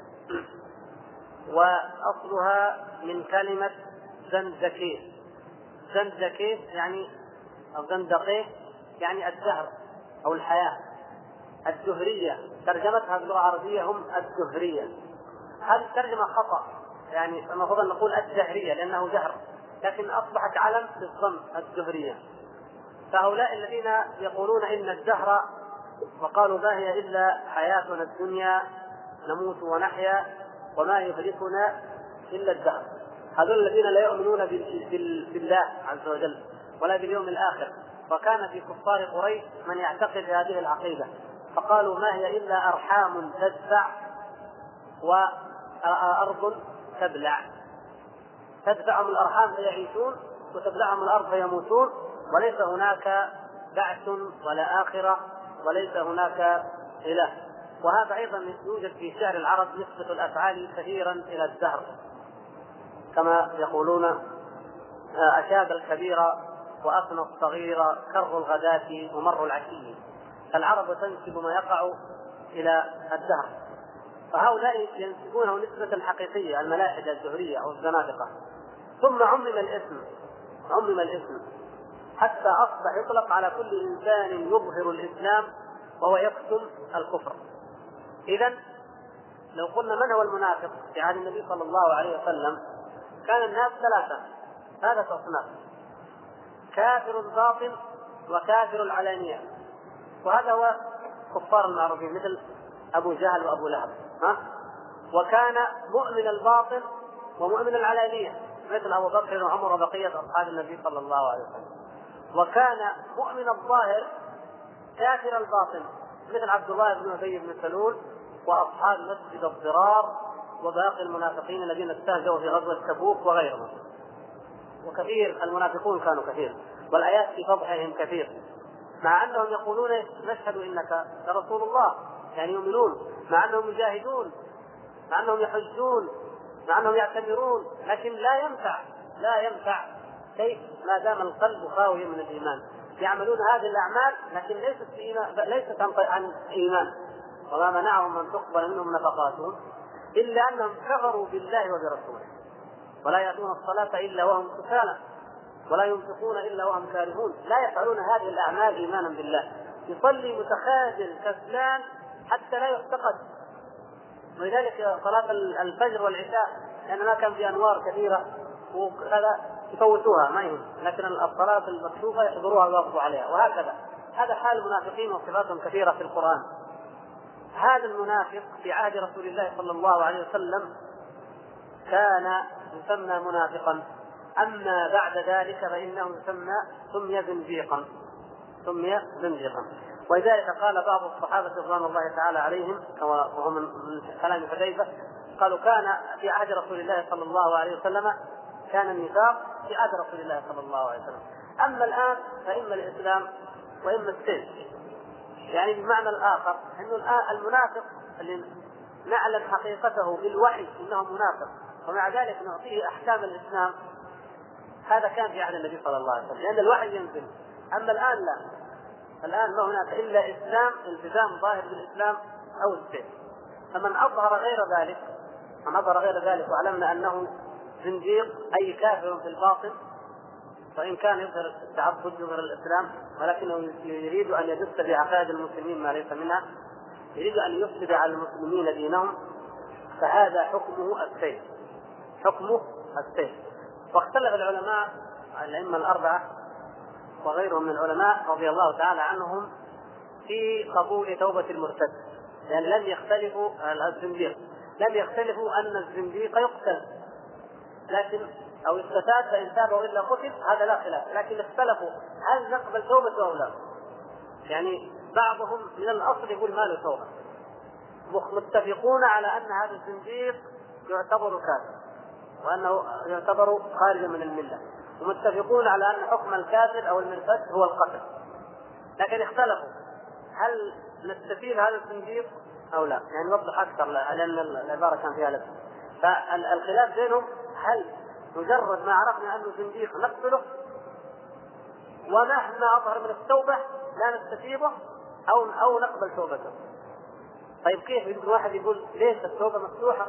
وأصلها من كلمة زندقيه. زندقيه يعني أو زندقيه يعني الدهر أو الحياة. الدهرية ترجمتها باللغة العربية هم الدهرية. هذه الترجمة خطأ، يعني المفروض أن نقول الدهرية لأنه دهر، لكن أصبحت علم بالضم الدهرية. فهؤلاء الذين يقولون إن الدهر وقالوا ما هي إلا حياتنا الدنيا نموت ونحيا وما يهلكنا إلا الدهر، هذول الذين لا يؤمنون بالله عز وجل ولا باليوم الآخر. وكان في كفار قريش من يعتقد هذه العقيدة، فقالوا ما هي إلا أرحام تدفع وأرض تبلع، تدفعهم الأرحام فيعيشون وتبلعهم الأرض فيموتون، وليس هناك بعث ولا آخرة وليس هناك إله. وهذا أيضا يوجد في شعر العرب نسبة الأفعال كثيرا إلى الدهر، كما يقولون أشاد الكبير وأفنى الصغير كر الغداة ومر العشي. العرب تنسب ما يقع إلى الدهر، فهؤلاء ينسبونه نسبة حقيقية، الملاحدة الدهرية أو الزنادقة. ثم عمم الاسم حتى أصبح يطلق على كل إنسان يظهر الإسلام وهو يكتم الكفر. إذن لو قلنا من هو المنافق في عهد النبي صلى الله عليه وسلم كان الناس ثلاثة أصناف: كافر الباطن وكافر العلانية، وهذا هو كفار المعروفين مثل أبو جهل وأبو لهب، وكان مؤمن الباطن ومؤمن العلانية مثل أبو بكر وعمر وبقية أصحاب النبي صلى الله عليه وسلم، وكان مؤمن الظاهر كافر الباطن مثل عبد الله بن أبي بن سلول وأصحاب مسجد الضرار وباقي المنافقين الذين استهزئوا في غزوة تبوك وغيرهم. وكثير المنافقون كانوا كثير، والآيات في فضحهم كثير. مع أنهم يقولون نشهد إنك رسول الله، يعني يؤمنون، مع أنهم يجاهدون، مع أنهم يحجون، مع أنهم يعتمرون، لكن لا ينفع شيء ما دام القلب خاويا من الإيمان. يعملون هذه الأعمال لكن ليست عن إيمان. وما منعهم أن تقبل منهم نفقاتهم إلا أنهم كفروا بالله وبرسوله، ولا يأتون الصلاة إلا وهم كسالى، ولا ينفقون إلا وهم كارهون. لا يفعلون هذه الأعمال إيمانا بالله. يصلي متخاذل كسلان حتى لا يعتقد. ولذلك صلاة الفجر والعشاء لأن ما كان في أنوار كثيرة وهذا يفوتوها ما يهم، لكن الصلاة المكشوفة يحضروها ويواظبوا عليها، وهكذا. هذا حال المنافقين وصفاتهم كثيرة في القرآن. هذا المنافق في عهد رسول الله صلى الله عليه وسلم كان يسمى منافقا، أما بعد ذلك فإنه سمي زنديقا. ولذلك قال بعض الصحابة رضوان الله تعالى عليهم وهو من كلام حذيفة، قالوا كان في عهد رسول الله صلى الله عليه وسلم كان النفاق في عهد رسول الله صلى الله عليه وسلم، أما الآن فإما الإسلام وإما السلم. يعني بمعنى الآخر أنه المنافق اللي نعلم حقيقته بالوحي إنه منافق ومع ذلك نعطيه أحكام الإسلام، هذا كان في عهد النبي صلى الله عليه وسلم لأن الوحي ينزل. أما الآن لا، الآن ما هناك إلا إسلام، التزام ظاهر بالإسلام أو السلم. فمن أظهر غير ذلك وعلمنا أنه زنديق أي كافر في الباطن، فإن كان يظهر التعبد يظهر الإسلام ولكنه يريد أن يدس بعقائد المسلمين ما ليس منها، يريد أن يفسد على المسلمين دينهم، فهذا حكمه السيف. واختلف العلماء الأئمة الأربعة وغيرهم من العلماء رضي الله تعالى عنهم في قبول توبة المرتد، لأن لم يختلفوا أن الزنديق يقتل لكن أو يستتاب فإن تاب وإلا قتل، هذا لا خلاف، لكن اختلفوا هل نقبل توبة أو لا. يعني بعضهم من الأصل يقول ما له توبة، متفقون على أن هذا الزنديق يعتبر كافر وأنه يعتبر خارجا من الملة، ومتفقون على أن حكم الكافر أو المرتد هو القتل، لكن اختلفوا هل نستفيد هذا الزنديق أو لا. يعني نوضح أكثر لأن العبارة كان فيها لبس. فالخلاف بينهم هل مجرد ما عرفنا أنه زنديق نقتله ومهما أظهر من التوبة لا نستفيده أو نقبل توبته. طيب كيف يمكن واحد يقول ليش التوبة مفتوحة؟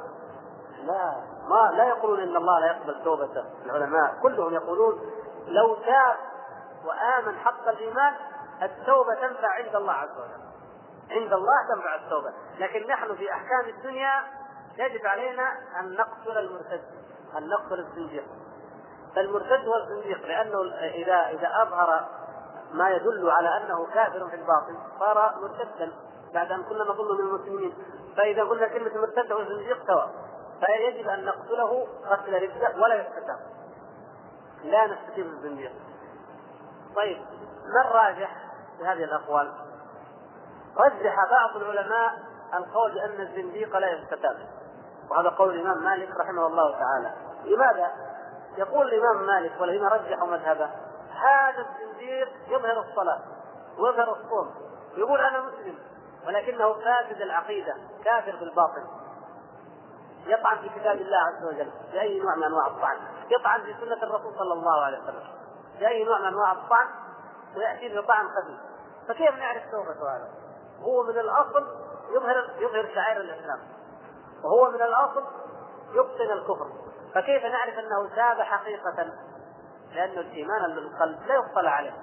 لا يقولون إن الله لا يقبل توبته. العلماء كلهم يقولون لو تاب وآمن حق الإيمان التوبة تنفع عند الله عز وجل، عند الله تنفع التوبة. لكن نحن في أحكام الدنيا يجب علينا أن نقتل المرتد، أن نقتل الزنديق. فالمرتد هو الزنديق لأنه إذا أظهر ما يدل على أنه كافر في الباطن صار مرتدا بعد أن كنا نظن من المسلمين. فإذا قلنا كلمة مرتد والزنديق سواء، فيجب أن نقتله قتل ردة ولا يستتاب، لا نستتيب الزنديق. طيب ما الراجح في هذه الأقوال؟ رجح بعض العلماء القول بأن الزنديق لا يستتاب، وهذا قول الإمام مالك رحمه الله تعالى. لماذا؟ يقول الإمام مالك والذين رجحوا مذهبه هذا الزنديق يظهر الصلاة ويظهر الصوم، يقول أنا مسلم ولكنه فاسد العقيدة كافر بالباطن، يطعن في كتاب الله عز وجل بأي نوع من أنواع الطعن، يطعن في سنة الرسول صلى الله عليه وسلم بأي نوع من أنواع الطعن، ويأتي بطعن خفيف. فكيف نعرف توبته هذا؟ هو من الأصل يظهر شعائر الإسلام، وهو من الأصل يبطن الكفر، فكيف نعرف أنه تاب حقيقة؟ لأن الإيمان بالقلب لا يطلع عليه،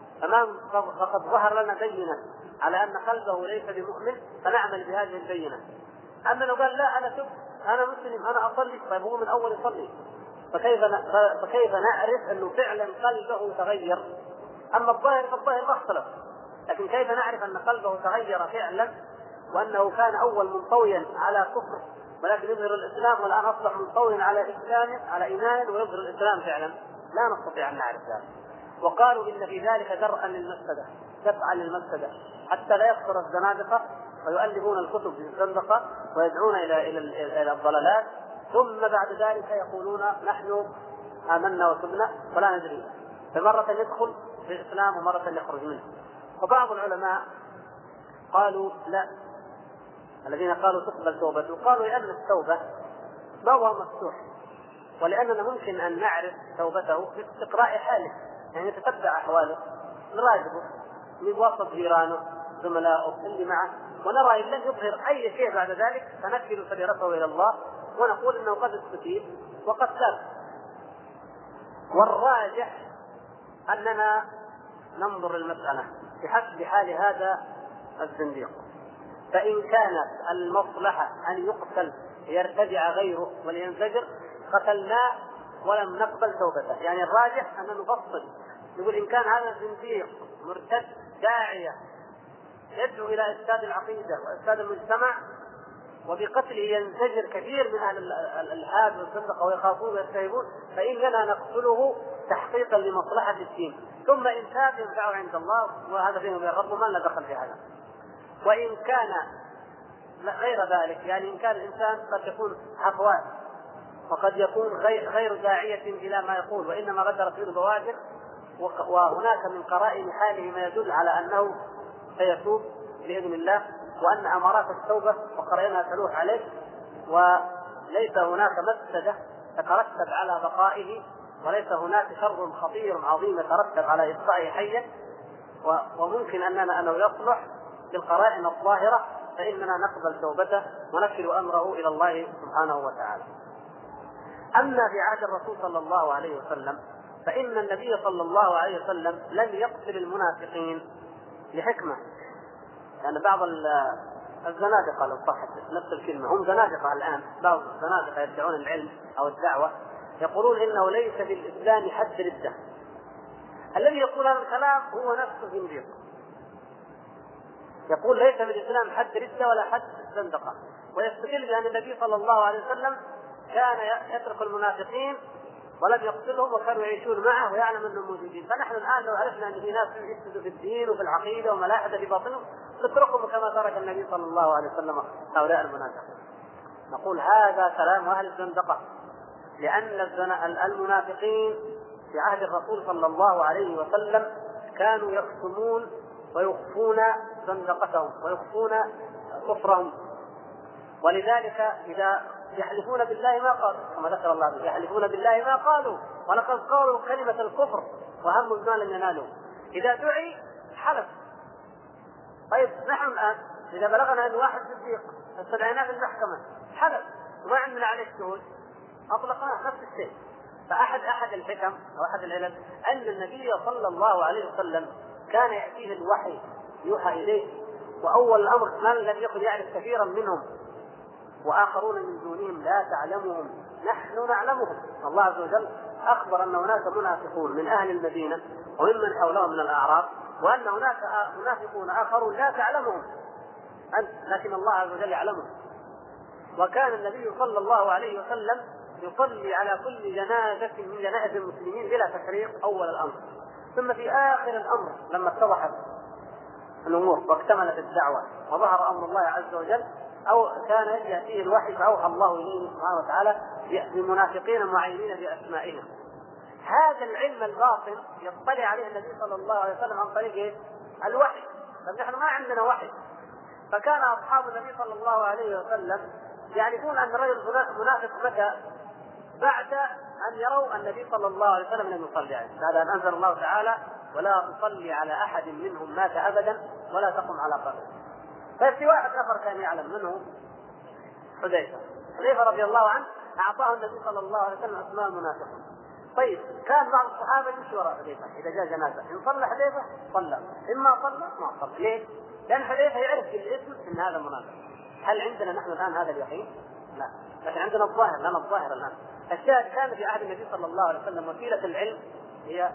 فقد ظهر لنا بينة على أن قلبه ليس بمؤمن فنعمل بهذه البينة. أما لو قال لا أنا تب أنا مسلم أنا أصلي، طيب هو من أول يصلي، فكيف نعرف أنه فعلا قلبه تغير؟ أما الظاهر فالظاهر ما اختلف، لكن كيف نعرف أن قلبه تغير فعلا وأنه كان أول منطويا على كفر ولكن يظهر الإسلام والآن أصبح منطويا على إسلام على إيمان ويظهر الإسلام فعلا؟ لا نستطيع أن نعرف ذلك. وقالوا إن في ذلك درءا للمفسدة، دفعا للمفسدة حتى لا يكثر الزنادقة ويؤلفون الكتب في الزندقة ويدعون إلى الضلالات، ثم بعد ذلك يقولون نحن آمنا وتبنا ولا ندري، فمرة يدخل في الإسلام ومرة يخرج منه. وبعض العلماء قالوا لا، الذين قالوا تقبل توبته قالوا لأن التوبة بابها مفتوح، ولأننا ممكن أن نعرف توبته باستقراء حاله، يعني نتتبع أحواله، نراجعه من وسط جيرانه زملائه اللي معه، ونرى إن لم يظهر أي شيء بعد ذلك فنكل سريرته إلى الله ونقول إنه قد استتيب وقد تاب. والراجح أننا ننظر المسألة بحسب حال هذا الزنديق، فإن كانت المصلحة أن يقتل يرتدع غيره ولينزجر قتلناه ولم نقبل توبته. يعني الراجح أن نفصل، نقول إن كان هذا الزنديق مرتد داعية يدعو إلى إفساد العقيدة وإفساد المجتمع وبقتله ينزجر كثير من أهل الإلحاد والزندقة ويخافون ويرتهبون، فإننا نقتله تحقيقا لمصلحة الدين، ثم إن تاب ينفعه عند الله وهذا بينه وبين ربه ما لنا دخل في هذا. وإن كان غير ذلك، يعني إن كان الإنسان قد يكون هفوات وقد يكون غير داعية إلى ما يقول وإنما غدر فيه بوادر، وهناك من قرائن حاله ما يدل على أنه سيتوب بإذن الله وأن أمارات التوبة وقرأنا تلوح عليه، وليس هناك مفسدة تترتب على بقائه، وليس هناك شر خطير عظيم يترتب على إبقائه حيا، وممكن أنه يصلح بالقرائن الظاهرة، فإننا نقبل توبته ونكل أمره إلى الله سبحانه وتعالى. أما في عهد الرسول صلى الله عليه وسلم فإن النبي صلى الله عليه وسلم لم يقتل المنافقين لحكمة، يعني بعض الزنادقة لو صحت نفس الكلمة، هم زنادقة الآن، بعض الزنادقة يدعون العلم أو الدعوة يقولون إنه ليس في الإسلام حد ردة. الذي يقول هذا الكلام هو نفسه زنديق، يقول ليس في الإسلام حد ردة ولا حد زندقة، ويستدل بأن النبي صلى الله عليه وسلم كان يترك المنافقين ولم يقتلهم وكانوا يعيشون معه ويعلم أنهم موجودين. فنحن الآن لو عرفنا أن في ناس يفسدوا في الدين وفي العقيدة وما لا أحد في باطنهم نتركهم كما ترك النبي صلى الله عليه وسلم هؤلاء المنافقين. نقول هذا كلام أهل الزندقة، لأن المنافقين في عهد الرسول صلى الله عليه وسلم كانوا يكتمون ويخفون زندقتهم ويخفون كفرهم، ولذلك إذا يحلفون بالله ما قالوا، كما ذكر الله يحلفون بالله ما قالوا ولقد قالوا كلمة الكفر وهموا بما لم ينالوا، إذا دعي حلف. طيب نحن الآن إذا بلغنا أن واحد صديق استدعيناه في المحكمة حلف وما عندنا عليه شهود أطلقناه نفس الشيء. فأحد الحكم أو أحد العلل أن النبي صلى الله عليه وسلم كان يأتيه الوحي يوحى إليه، وأول الأمر من لم يكن يعرف كثيرا منهم وآخرون من دونهم لا تعلمهم نحن نعلمهم. الله عز وجل أخبر أن هناك منافقون من أهل المدينة وممن حولهم من الأعراب، وأن هناك منافقون آخرون لا تعلمهم أنت لكن الله عز وجل يعلمهم. وكان النبي صلى الله عليه وسلم يصلي على كل جنازة من جنائز المسلمين بلا تفريق أول الأمر، ثم في آخر الأمر لما اتضحت الأمور واكتملت الدعوة وظهر أمر الله عز وجل أو كان يأتيه الوحي فأوحى الله إليه سبحانه وتعالى بمنافقين معينين بأسمائهم. هذا العلم الباطن يطلع عليه النبي صلى الله عليه وسلم عن طريق الوحي، فنحن ما عندنا وحي. فكان أصحاب النبي صلى الله عليه وسلم يعرفون أن الرجل منافق متى؟ بعد أن يروا النبي صلى الله عليه وسلم لم يصلي عليه. بعد أن أنزل الله تعالى ولا تصلي على أحد منهم مات أبدا ولا تقم على قبره. ففي واحد نفر كان يعلم منه حذيفة رضي الله عنه أعطاه النبي صلى الله عليه وسلم أسماء المنافقين. طيب كان بعض الصحابة يمشي وراء حذيفة إذا جاء جنازة، إن صلى حذيفة صلى، إما صلى ما صلى. ليه؟ لأن حذيفة يعرف بالاسم إن هذا منافق. هل عندنا نحن الآن هذا اليقين؟ لا، لكن عندنا الظاهر، لنا الظاهر الآن. الشاهد كان في عهد النبي صلى الله عليه وسلم وسيلة العلم هي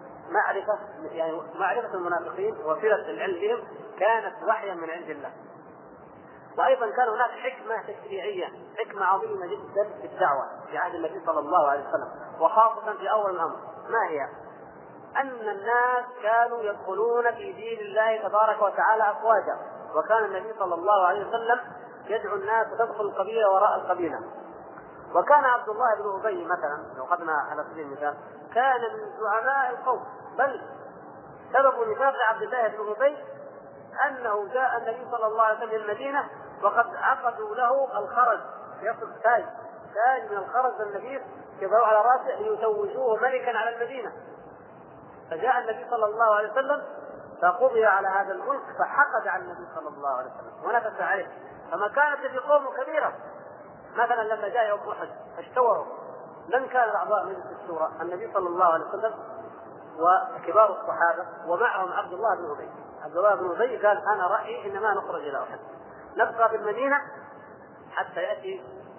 معرفة المنافقين، وسيلة العلم بهم كانت وحيا من عند الله. وأيضا كان هناك حكمة تشريعية، حكمة عظيمة جدا في الدعوة في عهد النبي صلى الله عليه وسلم، وخاصة في أول الأمر. ما هي؟ أن الناس كانوا يدخلون في دين الله تبارك وتعالى أفواجا، وكان النبي صلى الله عليه وسلم يدعو الناس تدخل القبيلة وراء القبيلة. وكان عبد الله بن أبي مثلا لو أخذنا على سبيل المثال كان من زعماء القوم، بل سبب نفاق عبد الله بن أبي أنه جاء النبي صلى الله عليه وسلم المدينة وقد عقدوا له الخرز، يصف تاج من الخرز النبيل يضعوه على راسه ليتوجوه ملكا على المدينة. فجاء النبي صلى الله عليه وسلم فقضي على هذا الملك فحقد على النبي صلى الله عليه وسلم ونفس عليه. فما كانت في قوم كبيرة مثلا لما جاء يوم أحد اشتوروا، من كان أعضاء مجلس الشورى؟ النبي صلى الله عليه وسلم وكبار الصحابة ومعهم عبد الله بن أبي. عبد الله بن أبي قال أنا رأيي إن ما نخرج إلى أحد، نبقى في المدينة حتى يأتي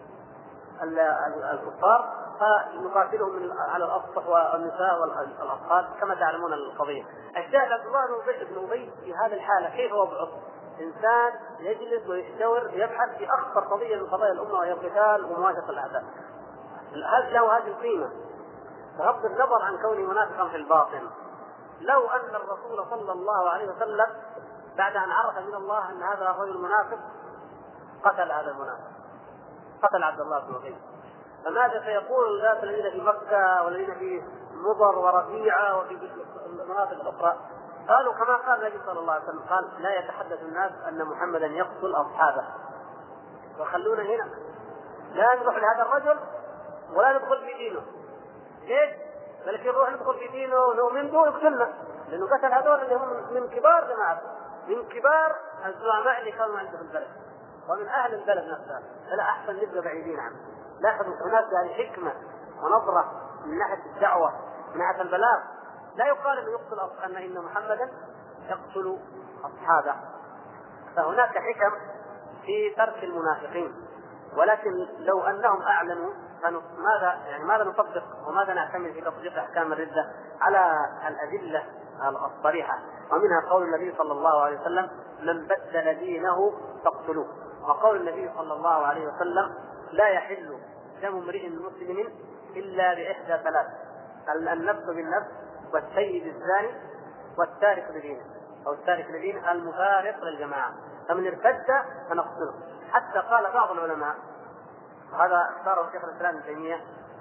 الكفار فنقاتلهم على الأسطح والنساء والأطفال كما تعلمون القضية. الشاهد عبد الله بن أبي في هذه الحالة كيف وضعه؟ إنسان يجلس ويشتور يبحث في أخطر قضية من قضايا الأمة وهي القتال ومواجهة الأعداء. هل له هذه القيمة بغض النظر عن كونه منافقا في الباطن؟ لو أن الرسول صلى الله عليه وسلم بعد أن عرف من الله أن هذا الرجل منافق قتل هذا المنافق، قتل عبد الله بن أبي، فماذا سيقول الناس الذين في مكة والذين في مضر ورفيعة وفي المناطق الأخرى؟ قالوا كما قال النبي صلى الله عليه وسلم قال لا يتحدث الناس أن محمدا يقتل أصحابه. وخلونا هنا لا نروح لهذا الرجل ولا ندخل في دينه. ليش؟ بل نروح ندخل في دينه ونؤمن به ويقتلنا، لأنه قتل هذول اللي هم من كبار جماعته، من كبار الزعماء اللي كانوا عنده في البلد ومن أهل البلد نفسها، فلا أحسن نبقى بعيدين عنه. لاحظوا هناك يعني حكمة ونظرة من ناحية الدعوة من ناحية البلاغ. لا يقال أنه يقتل إن محمدا يقتل أصحابه. فهناك حكم في ترك المنافقين، ولكن لو أنهم أعلنوا ماذا نطبق وماذا نعتمد في تطبيق أحكام الردة على الأدلة الصريحة، ومنها قول النبي صلى الله عليه وسلم من بدل دينه فاقتلوه، وقول النبي صلى الله عليه وسلم لا يحل دم امرئ مسلم إلا بإحدى ثلاث: النفس بالنفس والسيد الزاني والتارك لدينه أو التارك لدينه المفارق للجماعة، فمن ارتد فنقتله. حتى قال بعض العلماء وهذا اختاره شيخ الإسلام ابن تيمية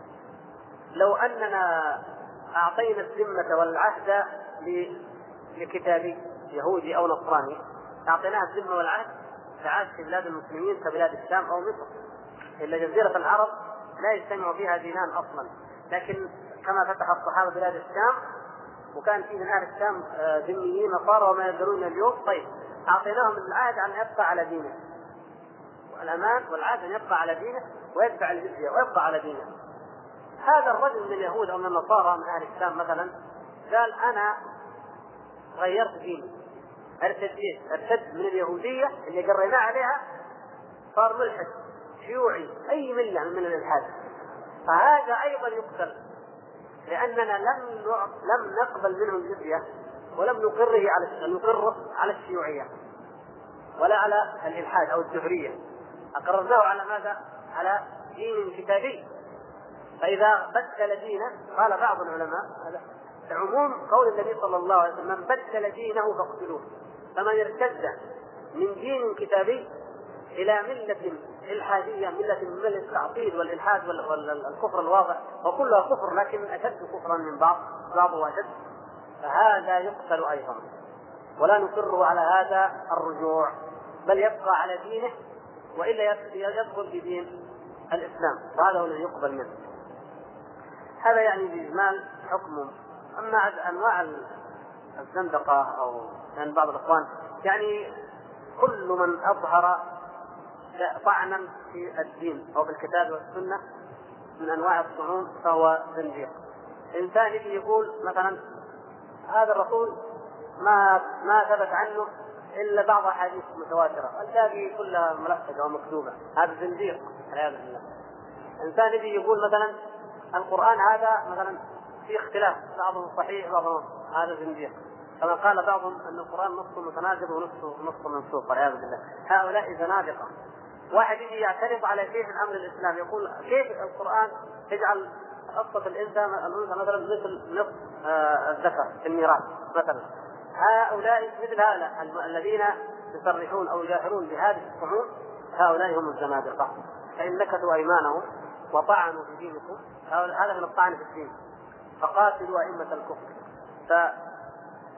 لو أننا أعطينا الذمة والعهد لكتابي يهودي أو نصراني، أعطيناه الذمة والعهد فعاش في بلاد المسلمين كبلاد الشام أو مصر، إلا جزيرة العرب لا يجتمع فيها دينان أصلا، لكن كما فتح الصحابة بلاد الشام وكان في من أهل الشام ذميين نصارى وما يدرون اليوم، طيب أعطيناهم العهد أن يبقى على دينه والأمان والعهد أن يبقى على دينه ويدفع الجزية ويبقى على دينه. هذا الرجل من اليهود أو من النصارى من أهل الشام مثلا قال أنا غيرت ديني، ارتد من اليهودية اللي قرينا عليها صار ملحد شيوعي أي ملة من الإلحاد، فهذا أيضا يقتل لأننا لم نقبل منه الجزية ولم نقره على الشيوعية ولا على الإلحاد أو الدهرية، أقررناه على ماذا؟ على دين كتابي. فإذا بدل دينه قال بعض العلماء عموم قول النبي صلى الله عليه وسلم من بدل دينه فاقتلوه، فمن ارتد من دين كتابي إلى ملة إلحادية ملة من التعطيل والإلحاد والكفر الواضح وكلها كفر لكن أشد كفرا من بعضه أشد، فهذا يقتل أيضا ولا نصره على هذا الرجوع بل يبقى على دينه وإلا يدخل في دين الإسلام وهذا هو الذي يقبل منه. هذا يعني بإجمال حكمه. أما أنواع الزندقة أو من بعض الإخوان يعني كل من أظهر طعنا في الدين أو بالكتاب والسنة من أنواع الطعون فهو زنديق. إنسان يجي يقول مثلا هذا الرسول ما ثبت عنه إلا بعض أحاديث متواترة الباقي كلها ملفقة ومكتوبة، هذا زنديق والعياذ بالله. إنسان يجي يقول مثلا القرآن هذا مثلا في اختلاف بعضه صحيح بعضه، هذا زنديق، كما قال بعضهم أن القرآن نصه متناقض ونصه منسوخ والعياذ بالله. هؤلاء زنادقة. واحد يجي يعترض على شيء من أمر الإسلام يقول كيف القرآن يجعل أصف الأنثى مثلا مثل نصف الذكر في الميراث مثلا. هؤلاء مثل هؤلاء الذين يصرحون أو يجاهرون بهذه الطعون هؤلاء هم الزنادقة، فإن نكثوا أيمانهم وطعنوا في دينكم هذا من الطعن في الدين، فقاتلوا أئمة الكفر.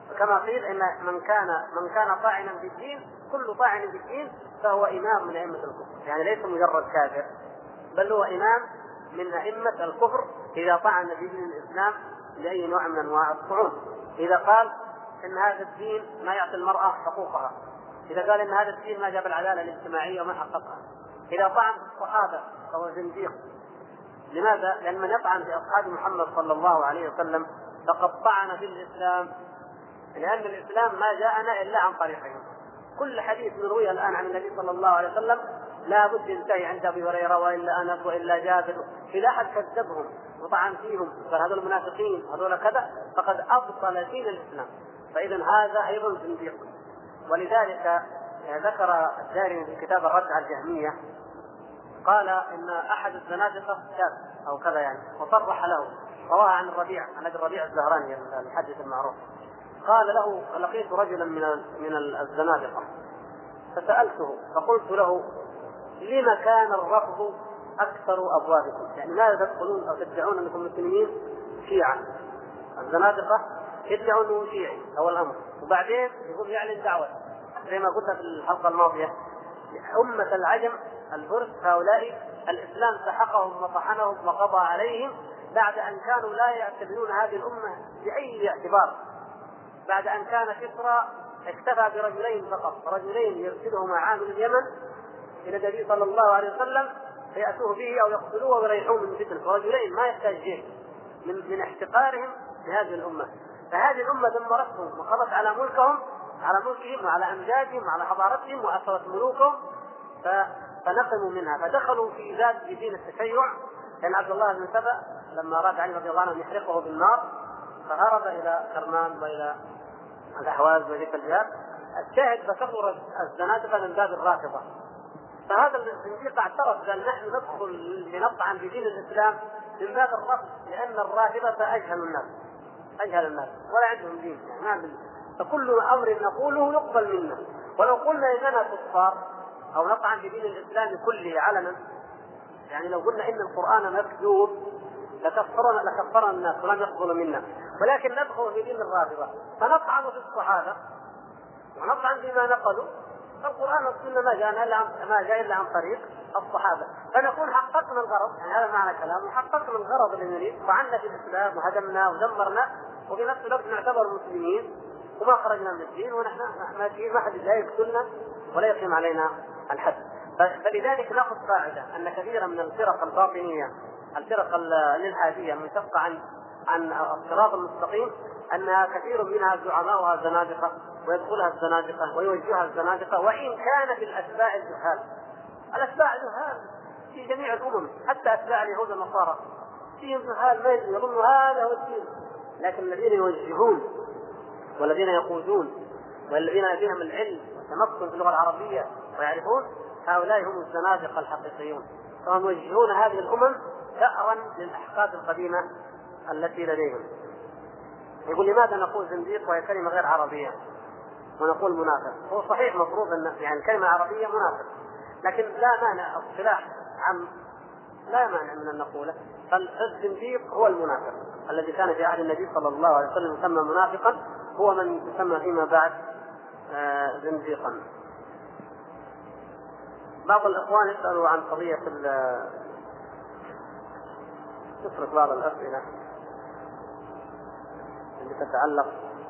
كما قيل ان من كان طاعنا في الدين، كل طاعن في الدين فهو امام من ائمه الكفر، يعني ليس مجرد كافر بل هو امام من ائمه الكفر اذا طعن في دين الاسلام باي نوع من انواع الطعون. اذا قال ان هذا الدين ما يعطي المراه حقوقها، اذا قال ان هذا الدين ما جاب العداله الاجتماعيه وما حققها، اذا طعن في الصحابه فهو زنديق. لماذا؟ لان من يطعن في اصحاب محمد صلى الله عليه وسلم فقد طعن في الاسلام، لان الاسلام ما جاءنا الا عن طريقهم. كل حديث روي الان عن النبي صلى الله عليه وسلم لا بد ينتهي عند ابي هريره والا انس والا جابر. اذا احد كذبهم وطعن فيهم قال هذول المنافقين هذول كذا فقد ابطل دين الاسلام، فاذا هذا ايضا زنديق. ولذلك ذكر الدارمي في كتاب الرد على الجهميه قال ان احد الزنادقه شاب او كذا يعني، وصرح له، رواها عن الربيع، عن ابي الربيع الزهراني المحدث المعروف، قال له لقيت رجلا من الزنادقه فسالته فقلت له لما كان الرفض اكثر ابوابكم؟ يعني ماذا تدخلون او تدعون انكم مسلمين شيعا؟ الزنادقه يدعون انه شيعي اول الامر، وبعدين يقول يعلن دعوه زي ما قلنا في الحلقه الماضيه امه العجم الفرس هؤلاء الاسلام سحقهم وطحنهم وقضى عليهم بعد ان كانوا لا يعتبرون هذه الامه باي اعتبار، بعد ان كان كسرى اكتفى برجلين فقط، رجلين يرسلهما عامل اليمن الى النبي صلى الله عليه وسلم فياتوه به او يقتلوه ويريحوه من فتنه، ورجلين ما يحتاج جيش من احتقارهم لهذه الامه. فهذه الامه دمرتهم وقضت على ملكهم وعلى امجادهم وعلى حضارتهم واثرت ملوكهم، فنقموا منها فدخلوا في دين التشيع. كان عبد الله بن سبأ لما اراد علي رضي الله عنه يحرقه بالنار فهرب الى كرمان والى الاحواز وذيك الجهات. الشاهد فكثر الزنادقه من باب الرافضه، فهذا الزنديق اعترف قال نحن ندخل لنطعن في دين الاسلام من باب الرفض، لان الرافضه اجهل الناس ولا عندهم دين يعني فكل امر نقوله يقبل منا. ولو قلنا اننا كفار او نطعن في دين الاسلام كله علنا، يعني لو قلنا ان القران مكذوب لكفرنا الناس ولم يقبلوا منا، ولكن ندخل في دين الرافضه فنطعن في الصحابه ونطعن فيما نقلوا، فالقران والسنه ما جاء الا عن طريق الصحابه، فنكون حققنا الغرض. يعني هذا معنى كلام، حققنا الغرض اللي نريد وعنا في الاسلام وهدمنا ودمرنا، وفي نفس الوقت نعتبر مسلمين وما خرجنا من الدين ونحن ما حد لا يقتلنا ولا يقيم علينا الحد. فلذلك ناخذ قاعده ان كثيرا من الفرق الباطنيه، الفرق الالحاديه المنشقه عن الصراط المستقيم، انها كثير منها زعماؤها الزنادقه ويدخلها الزنادقه ويوجهها الزنادقه، وان كان في الاتباع الجهال. الاتباع الجهال في جميع الامم، حتى اتباع اليهود والنصارى فيهم جهال ما يظنوا هذا هو الدين، لكن الذين يوجهون والذين يقودون والذين لديهم العلم والتمكن في اللغه العربيه ويعرفون، هؤلاء هم الزنادقه الحقيقيون، فهم يوجهون هذه الامم ثأرا للاحقاد القديمه التي لديهم. يقول لماذا نقول زنديق وهي كلمه غير عربيه ونقول منافق؟ هو صحيح مفروض ان يعني كلمه عربيه منافق، لكن لا مانع اصطلاح عام لا مانع من ان نقوله. فالزنديق هو المنافق الذي كان في عهد النبي صلى الله عليه وسلم يسمى منافقا، هو من يسمى فيما بعد زنديقا. بعض الاخوان يسالوا عن قضيه تترك بعض الاسئله اللي تتعلق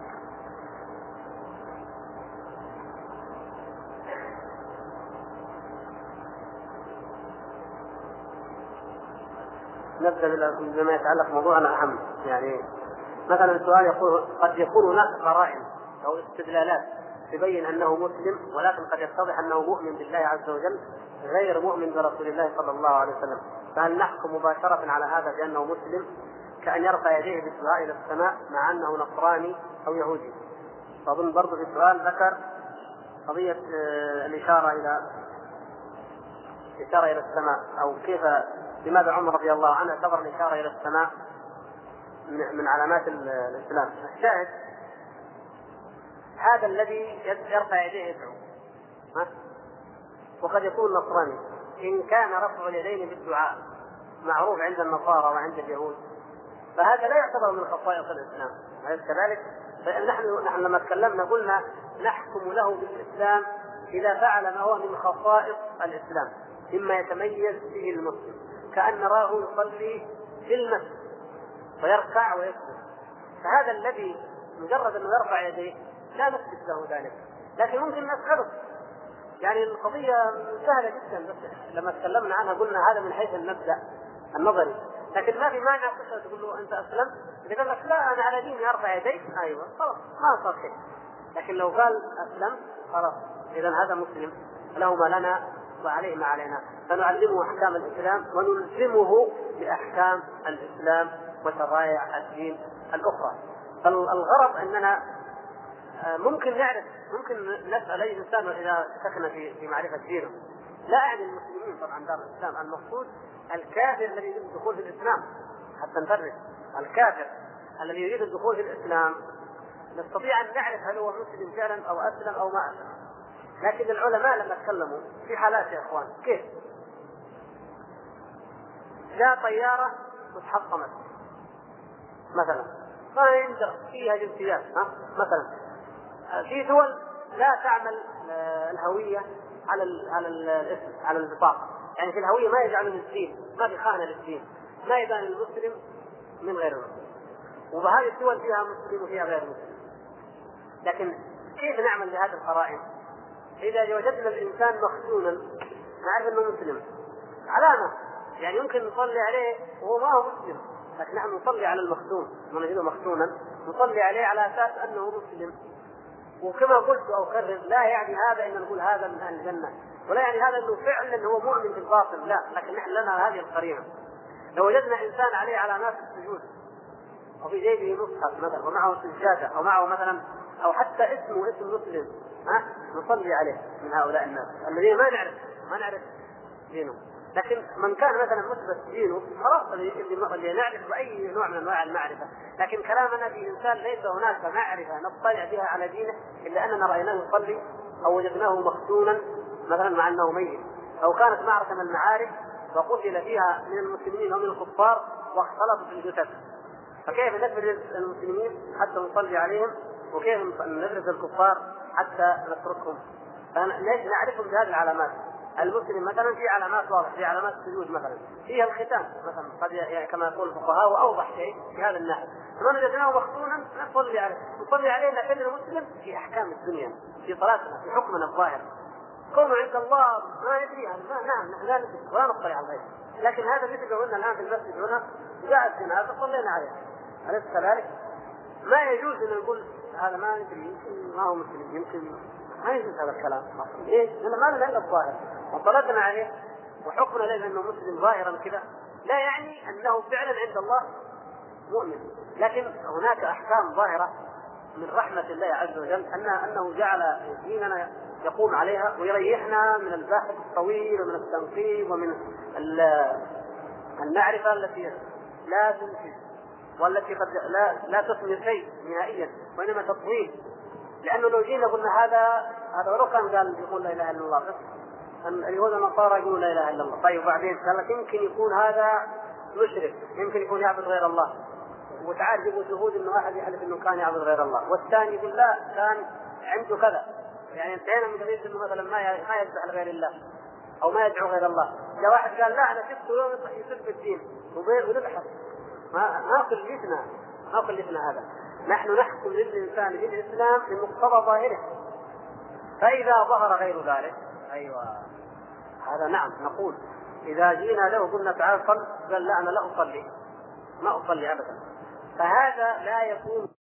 نبدأ بما يتعلق موضوعنا أهم. يعني مثلا سؤال يقول قد يكون هناك قرائن أو استدلالات تبين أنه مسلم، ولكن قد يتضح أنه مؤمن بالله عز وجل غير مؤمن برسول الله صلى الله عليه وسلم، فهل نحكم مباشرة على هذا بأنه مسلم؟ كأن يرفع يديه بالدعاء إلى السماء مع أنه نصراني أو يهودي. فأظن برضو في السؤال ذكر قضية الإشارة إلى السماء، أو كيف لماذا عمر رضي الله عنه اعتبر الإشارة إلى السماء من علامات الإسلام. الشاهد هذا الذي يرفع يديه يدعو وقد يكون نصراني، إن كان رفع اليدين بالدعاء معروف عند النصارى وعند اليهود فهذا لا يعتبر من خصائص الإسلام، كذلك نحن لما تكلمنا قلنا نحكم له بالإسلام إذا فعل ما هو من خصائص الإسلام مما يتميز به المسلم، كأن نراه يصلي في المسجد ويركع ويسجد، فهذا الذي مجرد أنه يرفع يديه لا نثبت له ذلك، لكن ممكن نسأله. يعني القضية سهلة جدا، بس لما تكلمنا عنها قلنا هذا من حيث المبدأ النظري، لكن ما في مانع تقول له أنت أسلمت، إذا قال لك لا أنا على ديني أرفع يدي، أيوة خلاص ما صار شيء. لكن لو قال أسلمت خلاص إذا هذا مسلم له ما لنا وعليه ما علينا، فنعلمه أحكام الإسلام ونلزمه بأحكام الإسلام وشرائع الدين الأخرى. الغرض أننا ممكن نعرف، ممكن نسأل أي إنسان إذا سكن في معرفة دينه، لا أعني المسلمين طبعا دار الإسلام، المقصود الكافر الذي يريد الدخول في الإسلام، حتى نفرق الكافر الذي يريد الدخول في الإسلام نستطيع أن نعرف هل هو مسلم فعلا أو أسلم أو ما أسلم. لكن العلماء لما تكلموا في حالات يا إخوان، كيف جاء طيارة متحطمت مثلا ما يندرس فيها جنسيات مثلا، في دول لا تعمل الهوية على الاسم على البطاقة، يعني في الهوية ما يجعلون الدين، ما في خانة للدين، ما يبان المسلم من غير المسلم، وبهذه الدول فيها مسلم وفيها غير مسلم. لكن كيف نعمل بهذه القرائن؟ إذا وجدنا الإنسان مختونا نعرف أنه مسلم، علامة يعني يمكن نصلي عليه وهو ما هو مسلم، لكن نحن نصلي على المختون ونجده مختونا نصلي عليه على أساس أنه مسلم. وكما قلت أو أكرر، لا يعني هذا أن نقول هذا من أهل الجنة، ولا يعني هذا أنه فعلا هو مؤمن بالباطل، لا، لكن نحن لنا هذه القرينة. لو وجدنا إنسان عليه علامات السجود وفي جيبه مصحف مثلا ومعه سجادة أو معه مثلا أو حتى اسمه اسم مسلم، نصلي عليه من هؤلاء الناس الذين ما نعرف دينه. لكن من كان مثلا مثبت دينه خلاص اللي نعرف بأي نوع من أنواع المعرفة، لكن كلامنا في إنسان ليس هناك معرفة نطلع بها على دينه إلا أننا رأيناه يصلي أو وجدناه مختونا مثلا مع أنه ميت، أو كانت معركة من المعارك وقتل فيها من المسلمين ومن الكفار واختلطوا في الجثث، فكيف نفرز المسلمين حتى نصلي عليهم، وكيف نفرز الكفار حتى نتركهم؟ ليش نعرفهم بهذه العلامات؟ المسلم مثلا في علامات واضحة، في علامات السجود مثلا، فيها الختان مثلا قد يعني كما يقول الفقهاء واوضح شيء في هذا الناحية، فمن وجدناه مختونا نصلي عليه لكنه مسلم في احكام الدنيا، في صلاتنا، في حكمنا الظاهر، كونه عند الله ما ندري نعم نحن لا ندري ولا نطلع على الغيب، لكن هذا مثل قلنا الان في المسجد هنا جاء الجنازة صلينا عليه، أليس كذلك؟ ما يجوز ان نقول هذا ما ندري يمكن ما هو مسلم، يمكن ما يجوز هذا الكلام. ليش؟ لأن ما لنا إلا الظاهر وطلبنا عليه وحكمنا له أنه مسلم ظاهرا كذا، لا يعني أنه فعلا عند الله مؤمن. لكن هناك أحكام ظاهرة من رحمة الله عز وجل أنه جعل ديننا يقوم عليها ويريحنا من البحث الطويل ومن التنقيب ومن المعرفة التي لا تنفذ والتي قد لا تثمر شيء نهائيا وإنما تطويل. لأنه لو جينا قلنا هذا ولو كان قال يقول لا إله إلا الله، بس اليهود والنصارى يقولون لا إله إلا الله، طيب وبعدين قال يمكن يكون هذا مشرك، يمكن يكون يعبد غير الله، وتعال يقول شهود إنه واحد يحلف إنه كان يعبد غير الله، والثاني يقول لا كان عنده كذا، يعني انتهينا من قضية إنه مثلا ما يذبح لغير الله أو ما يدعو غير الله. جاء واحد قال لا أنا شفته يوم يسب الدين ونبحث، ما كلفنا هذا. نحن نحكم للإنسان بالإسلام بمقتضى ظاهره، فإذا ظهر غير ذلك أيوة هذا نعم نقول إذا جينا له قلنا تعال صل، قال لا أنا لا أصلي، ما أصلي أبدا، فهذا لا يكون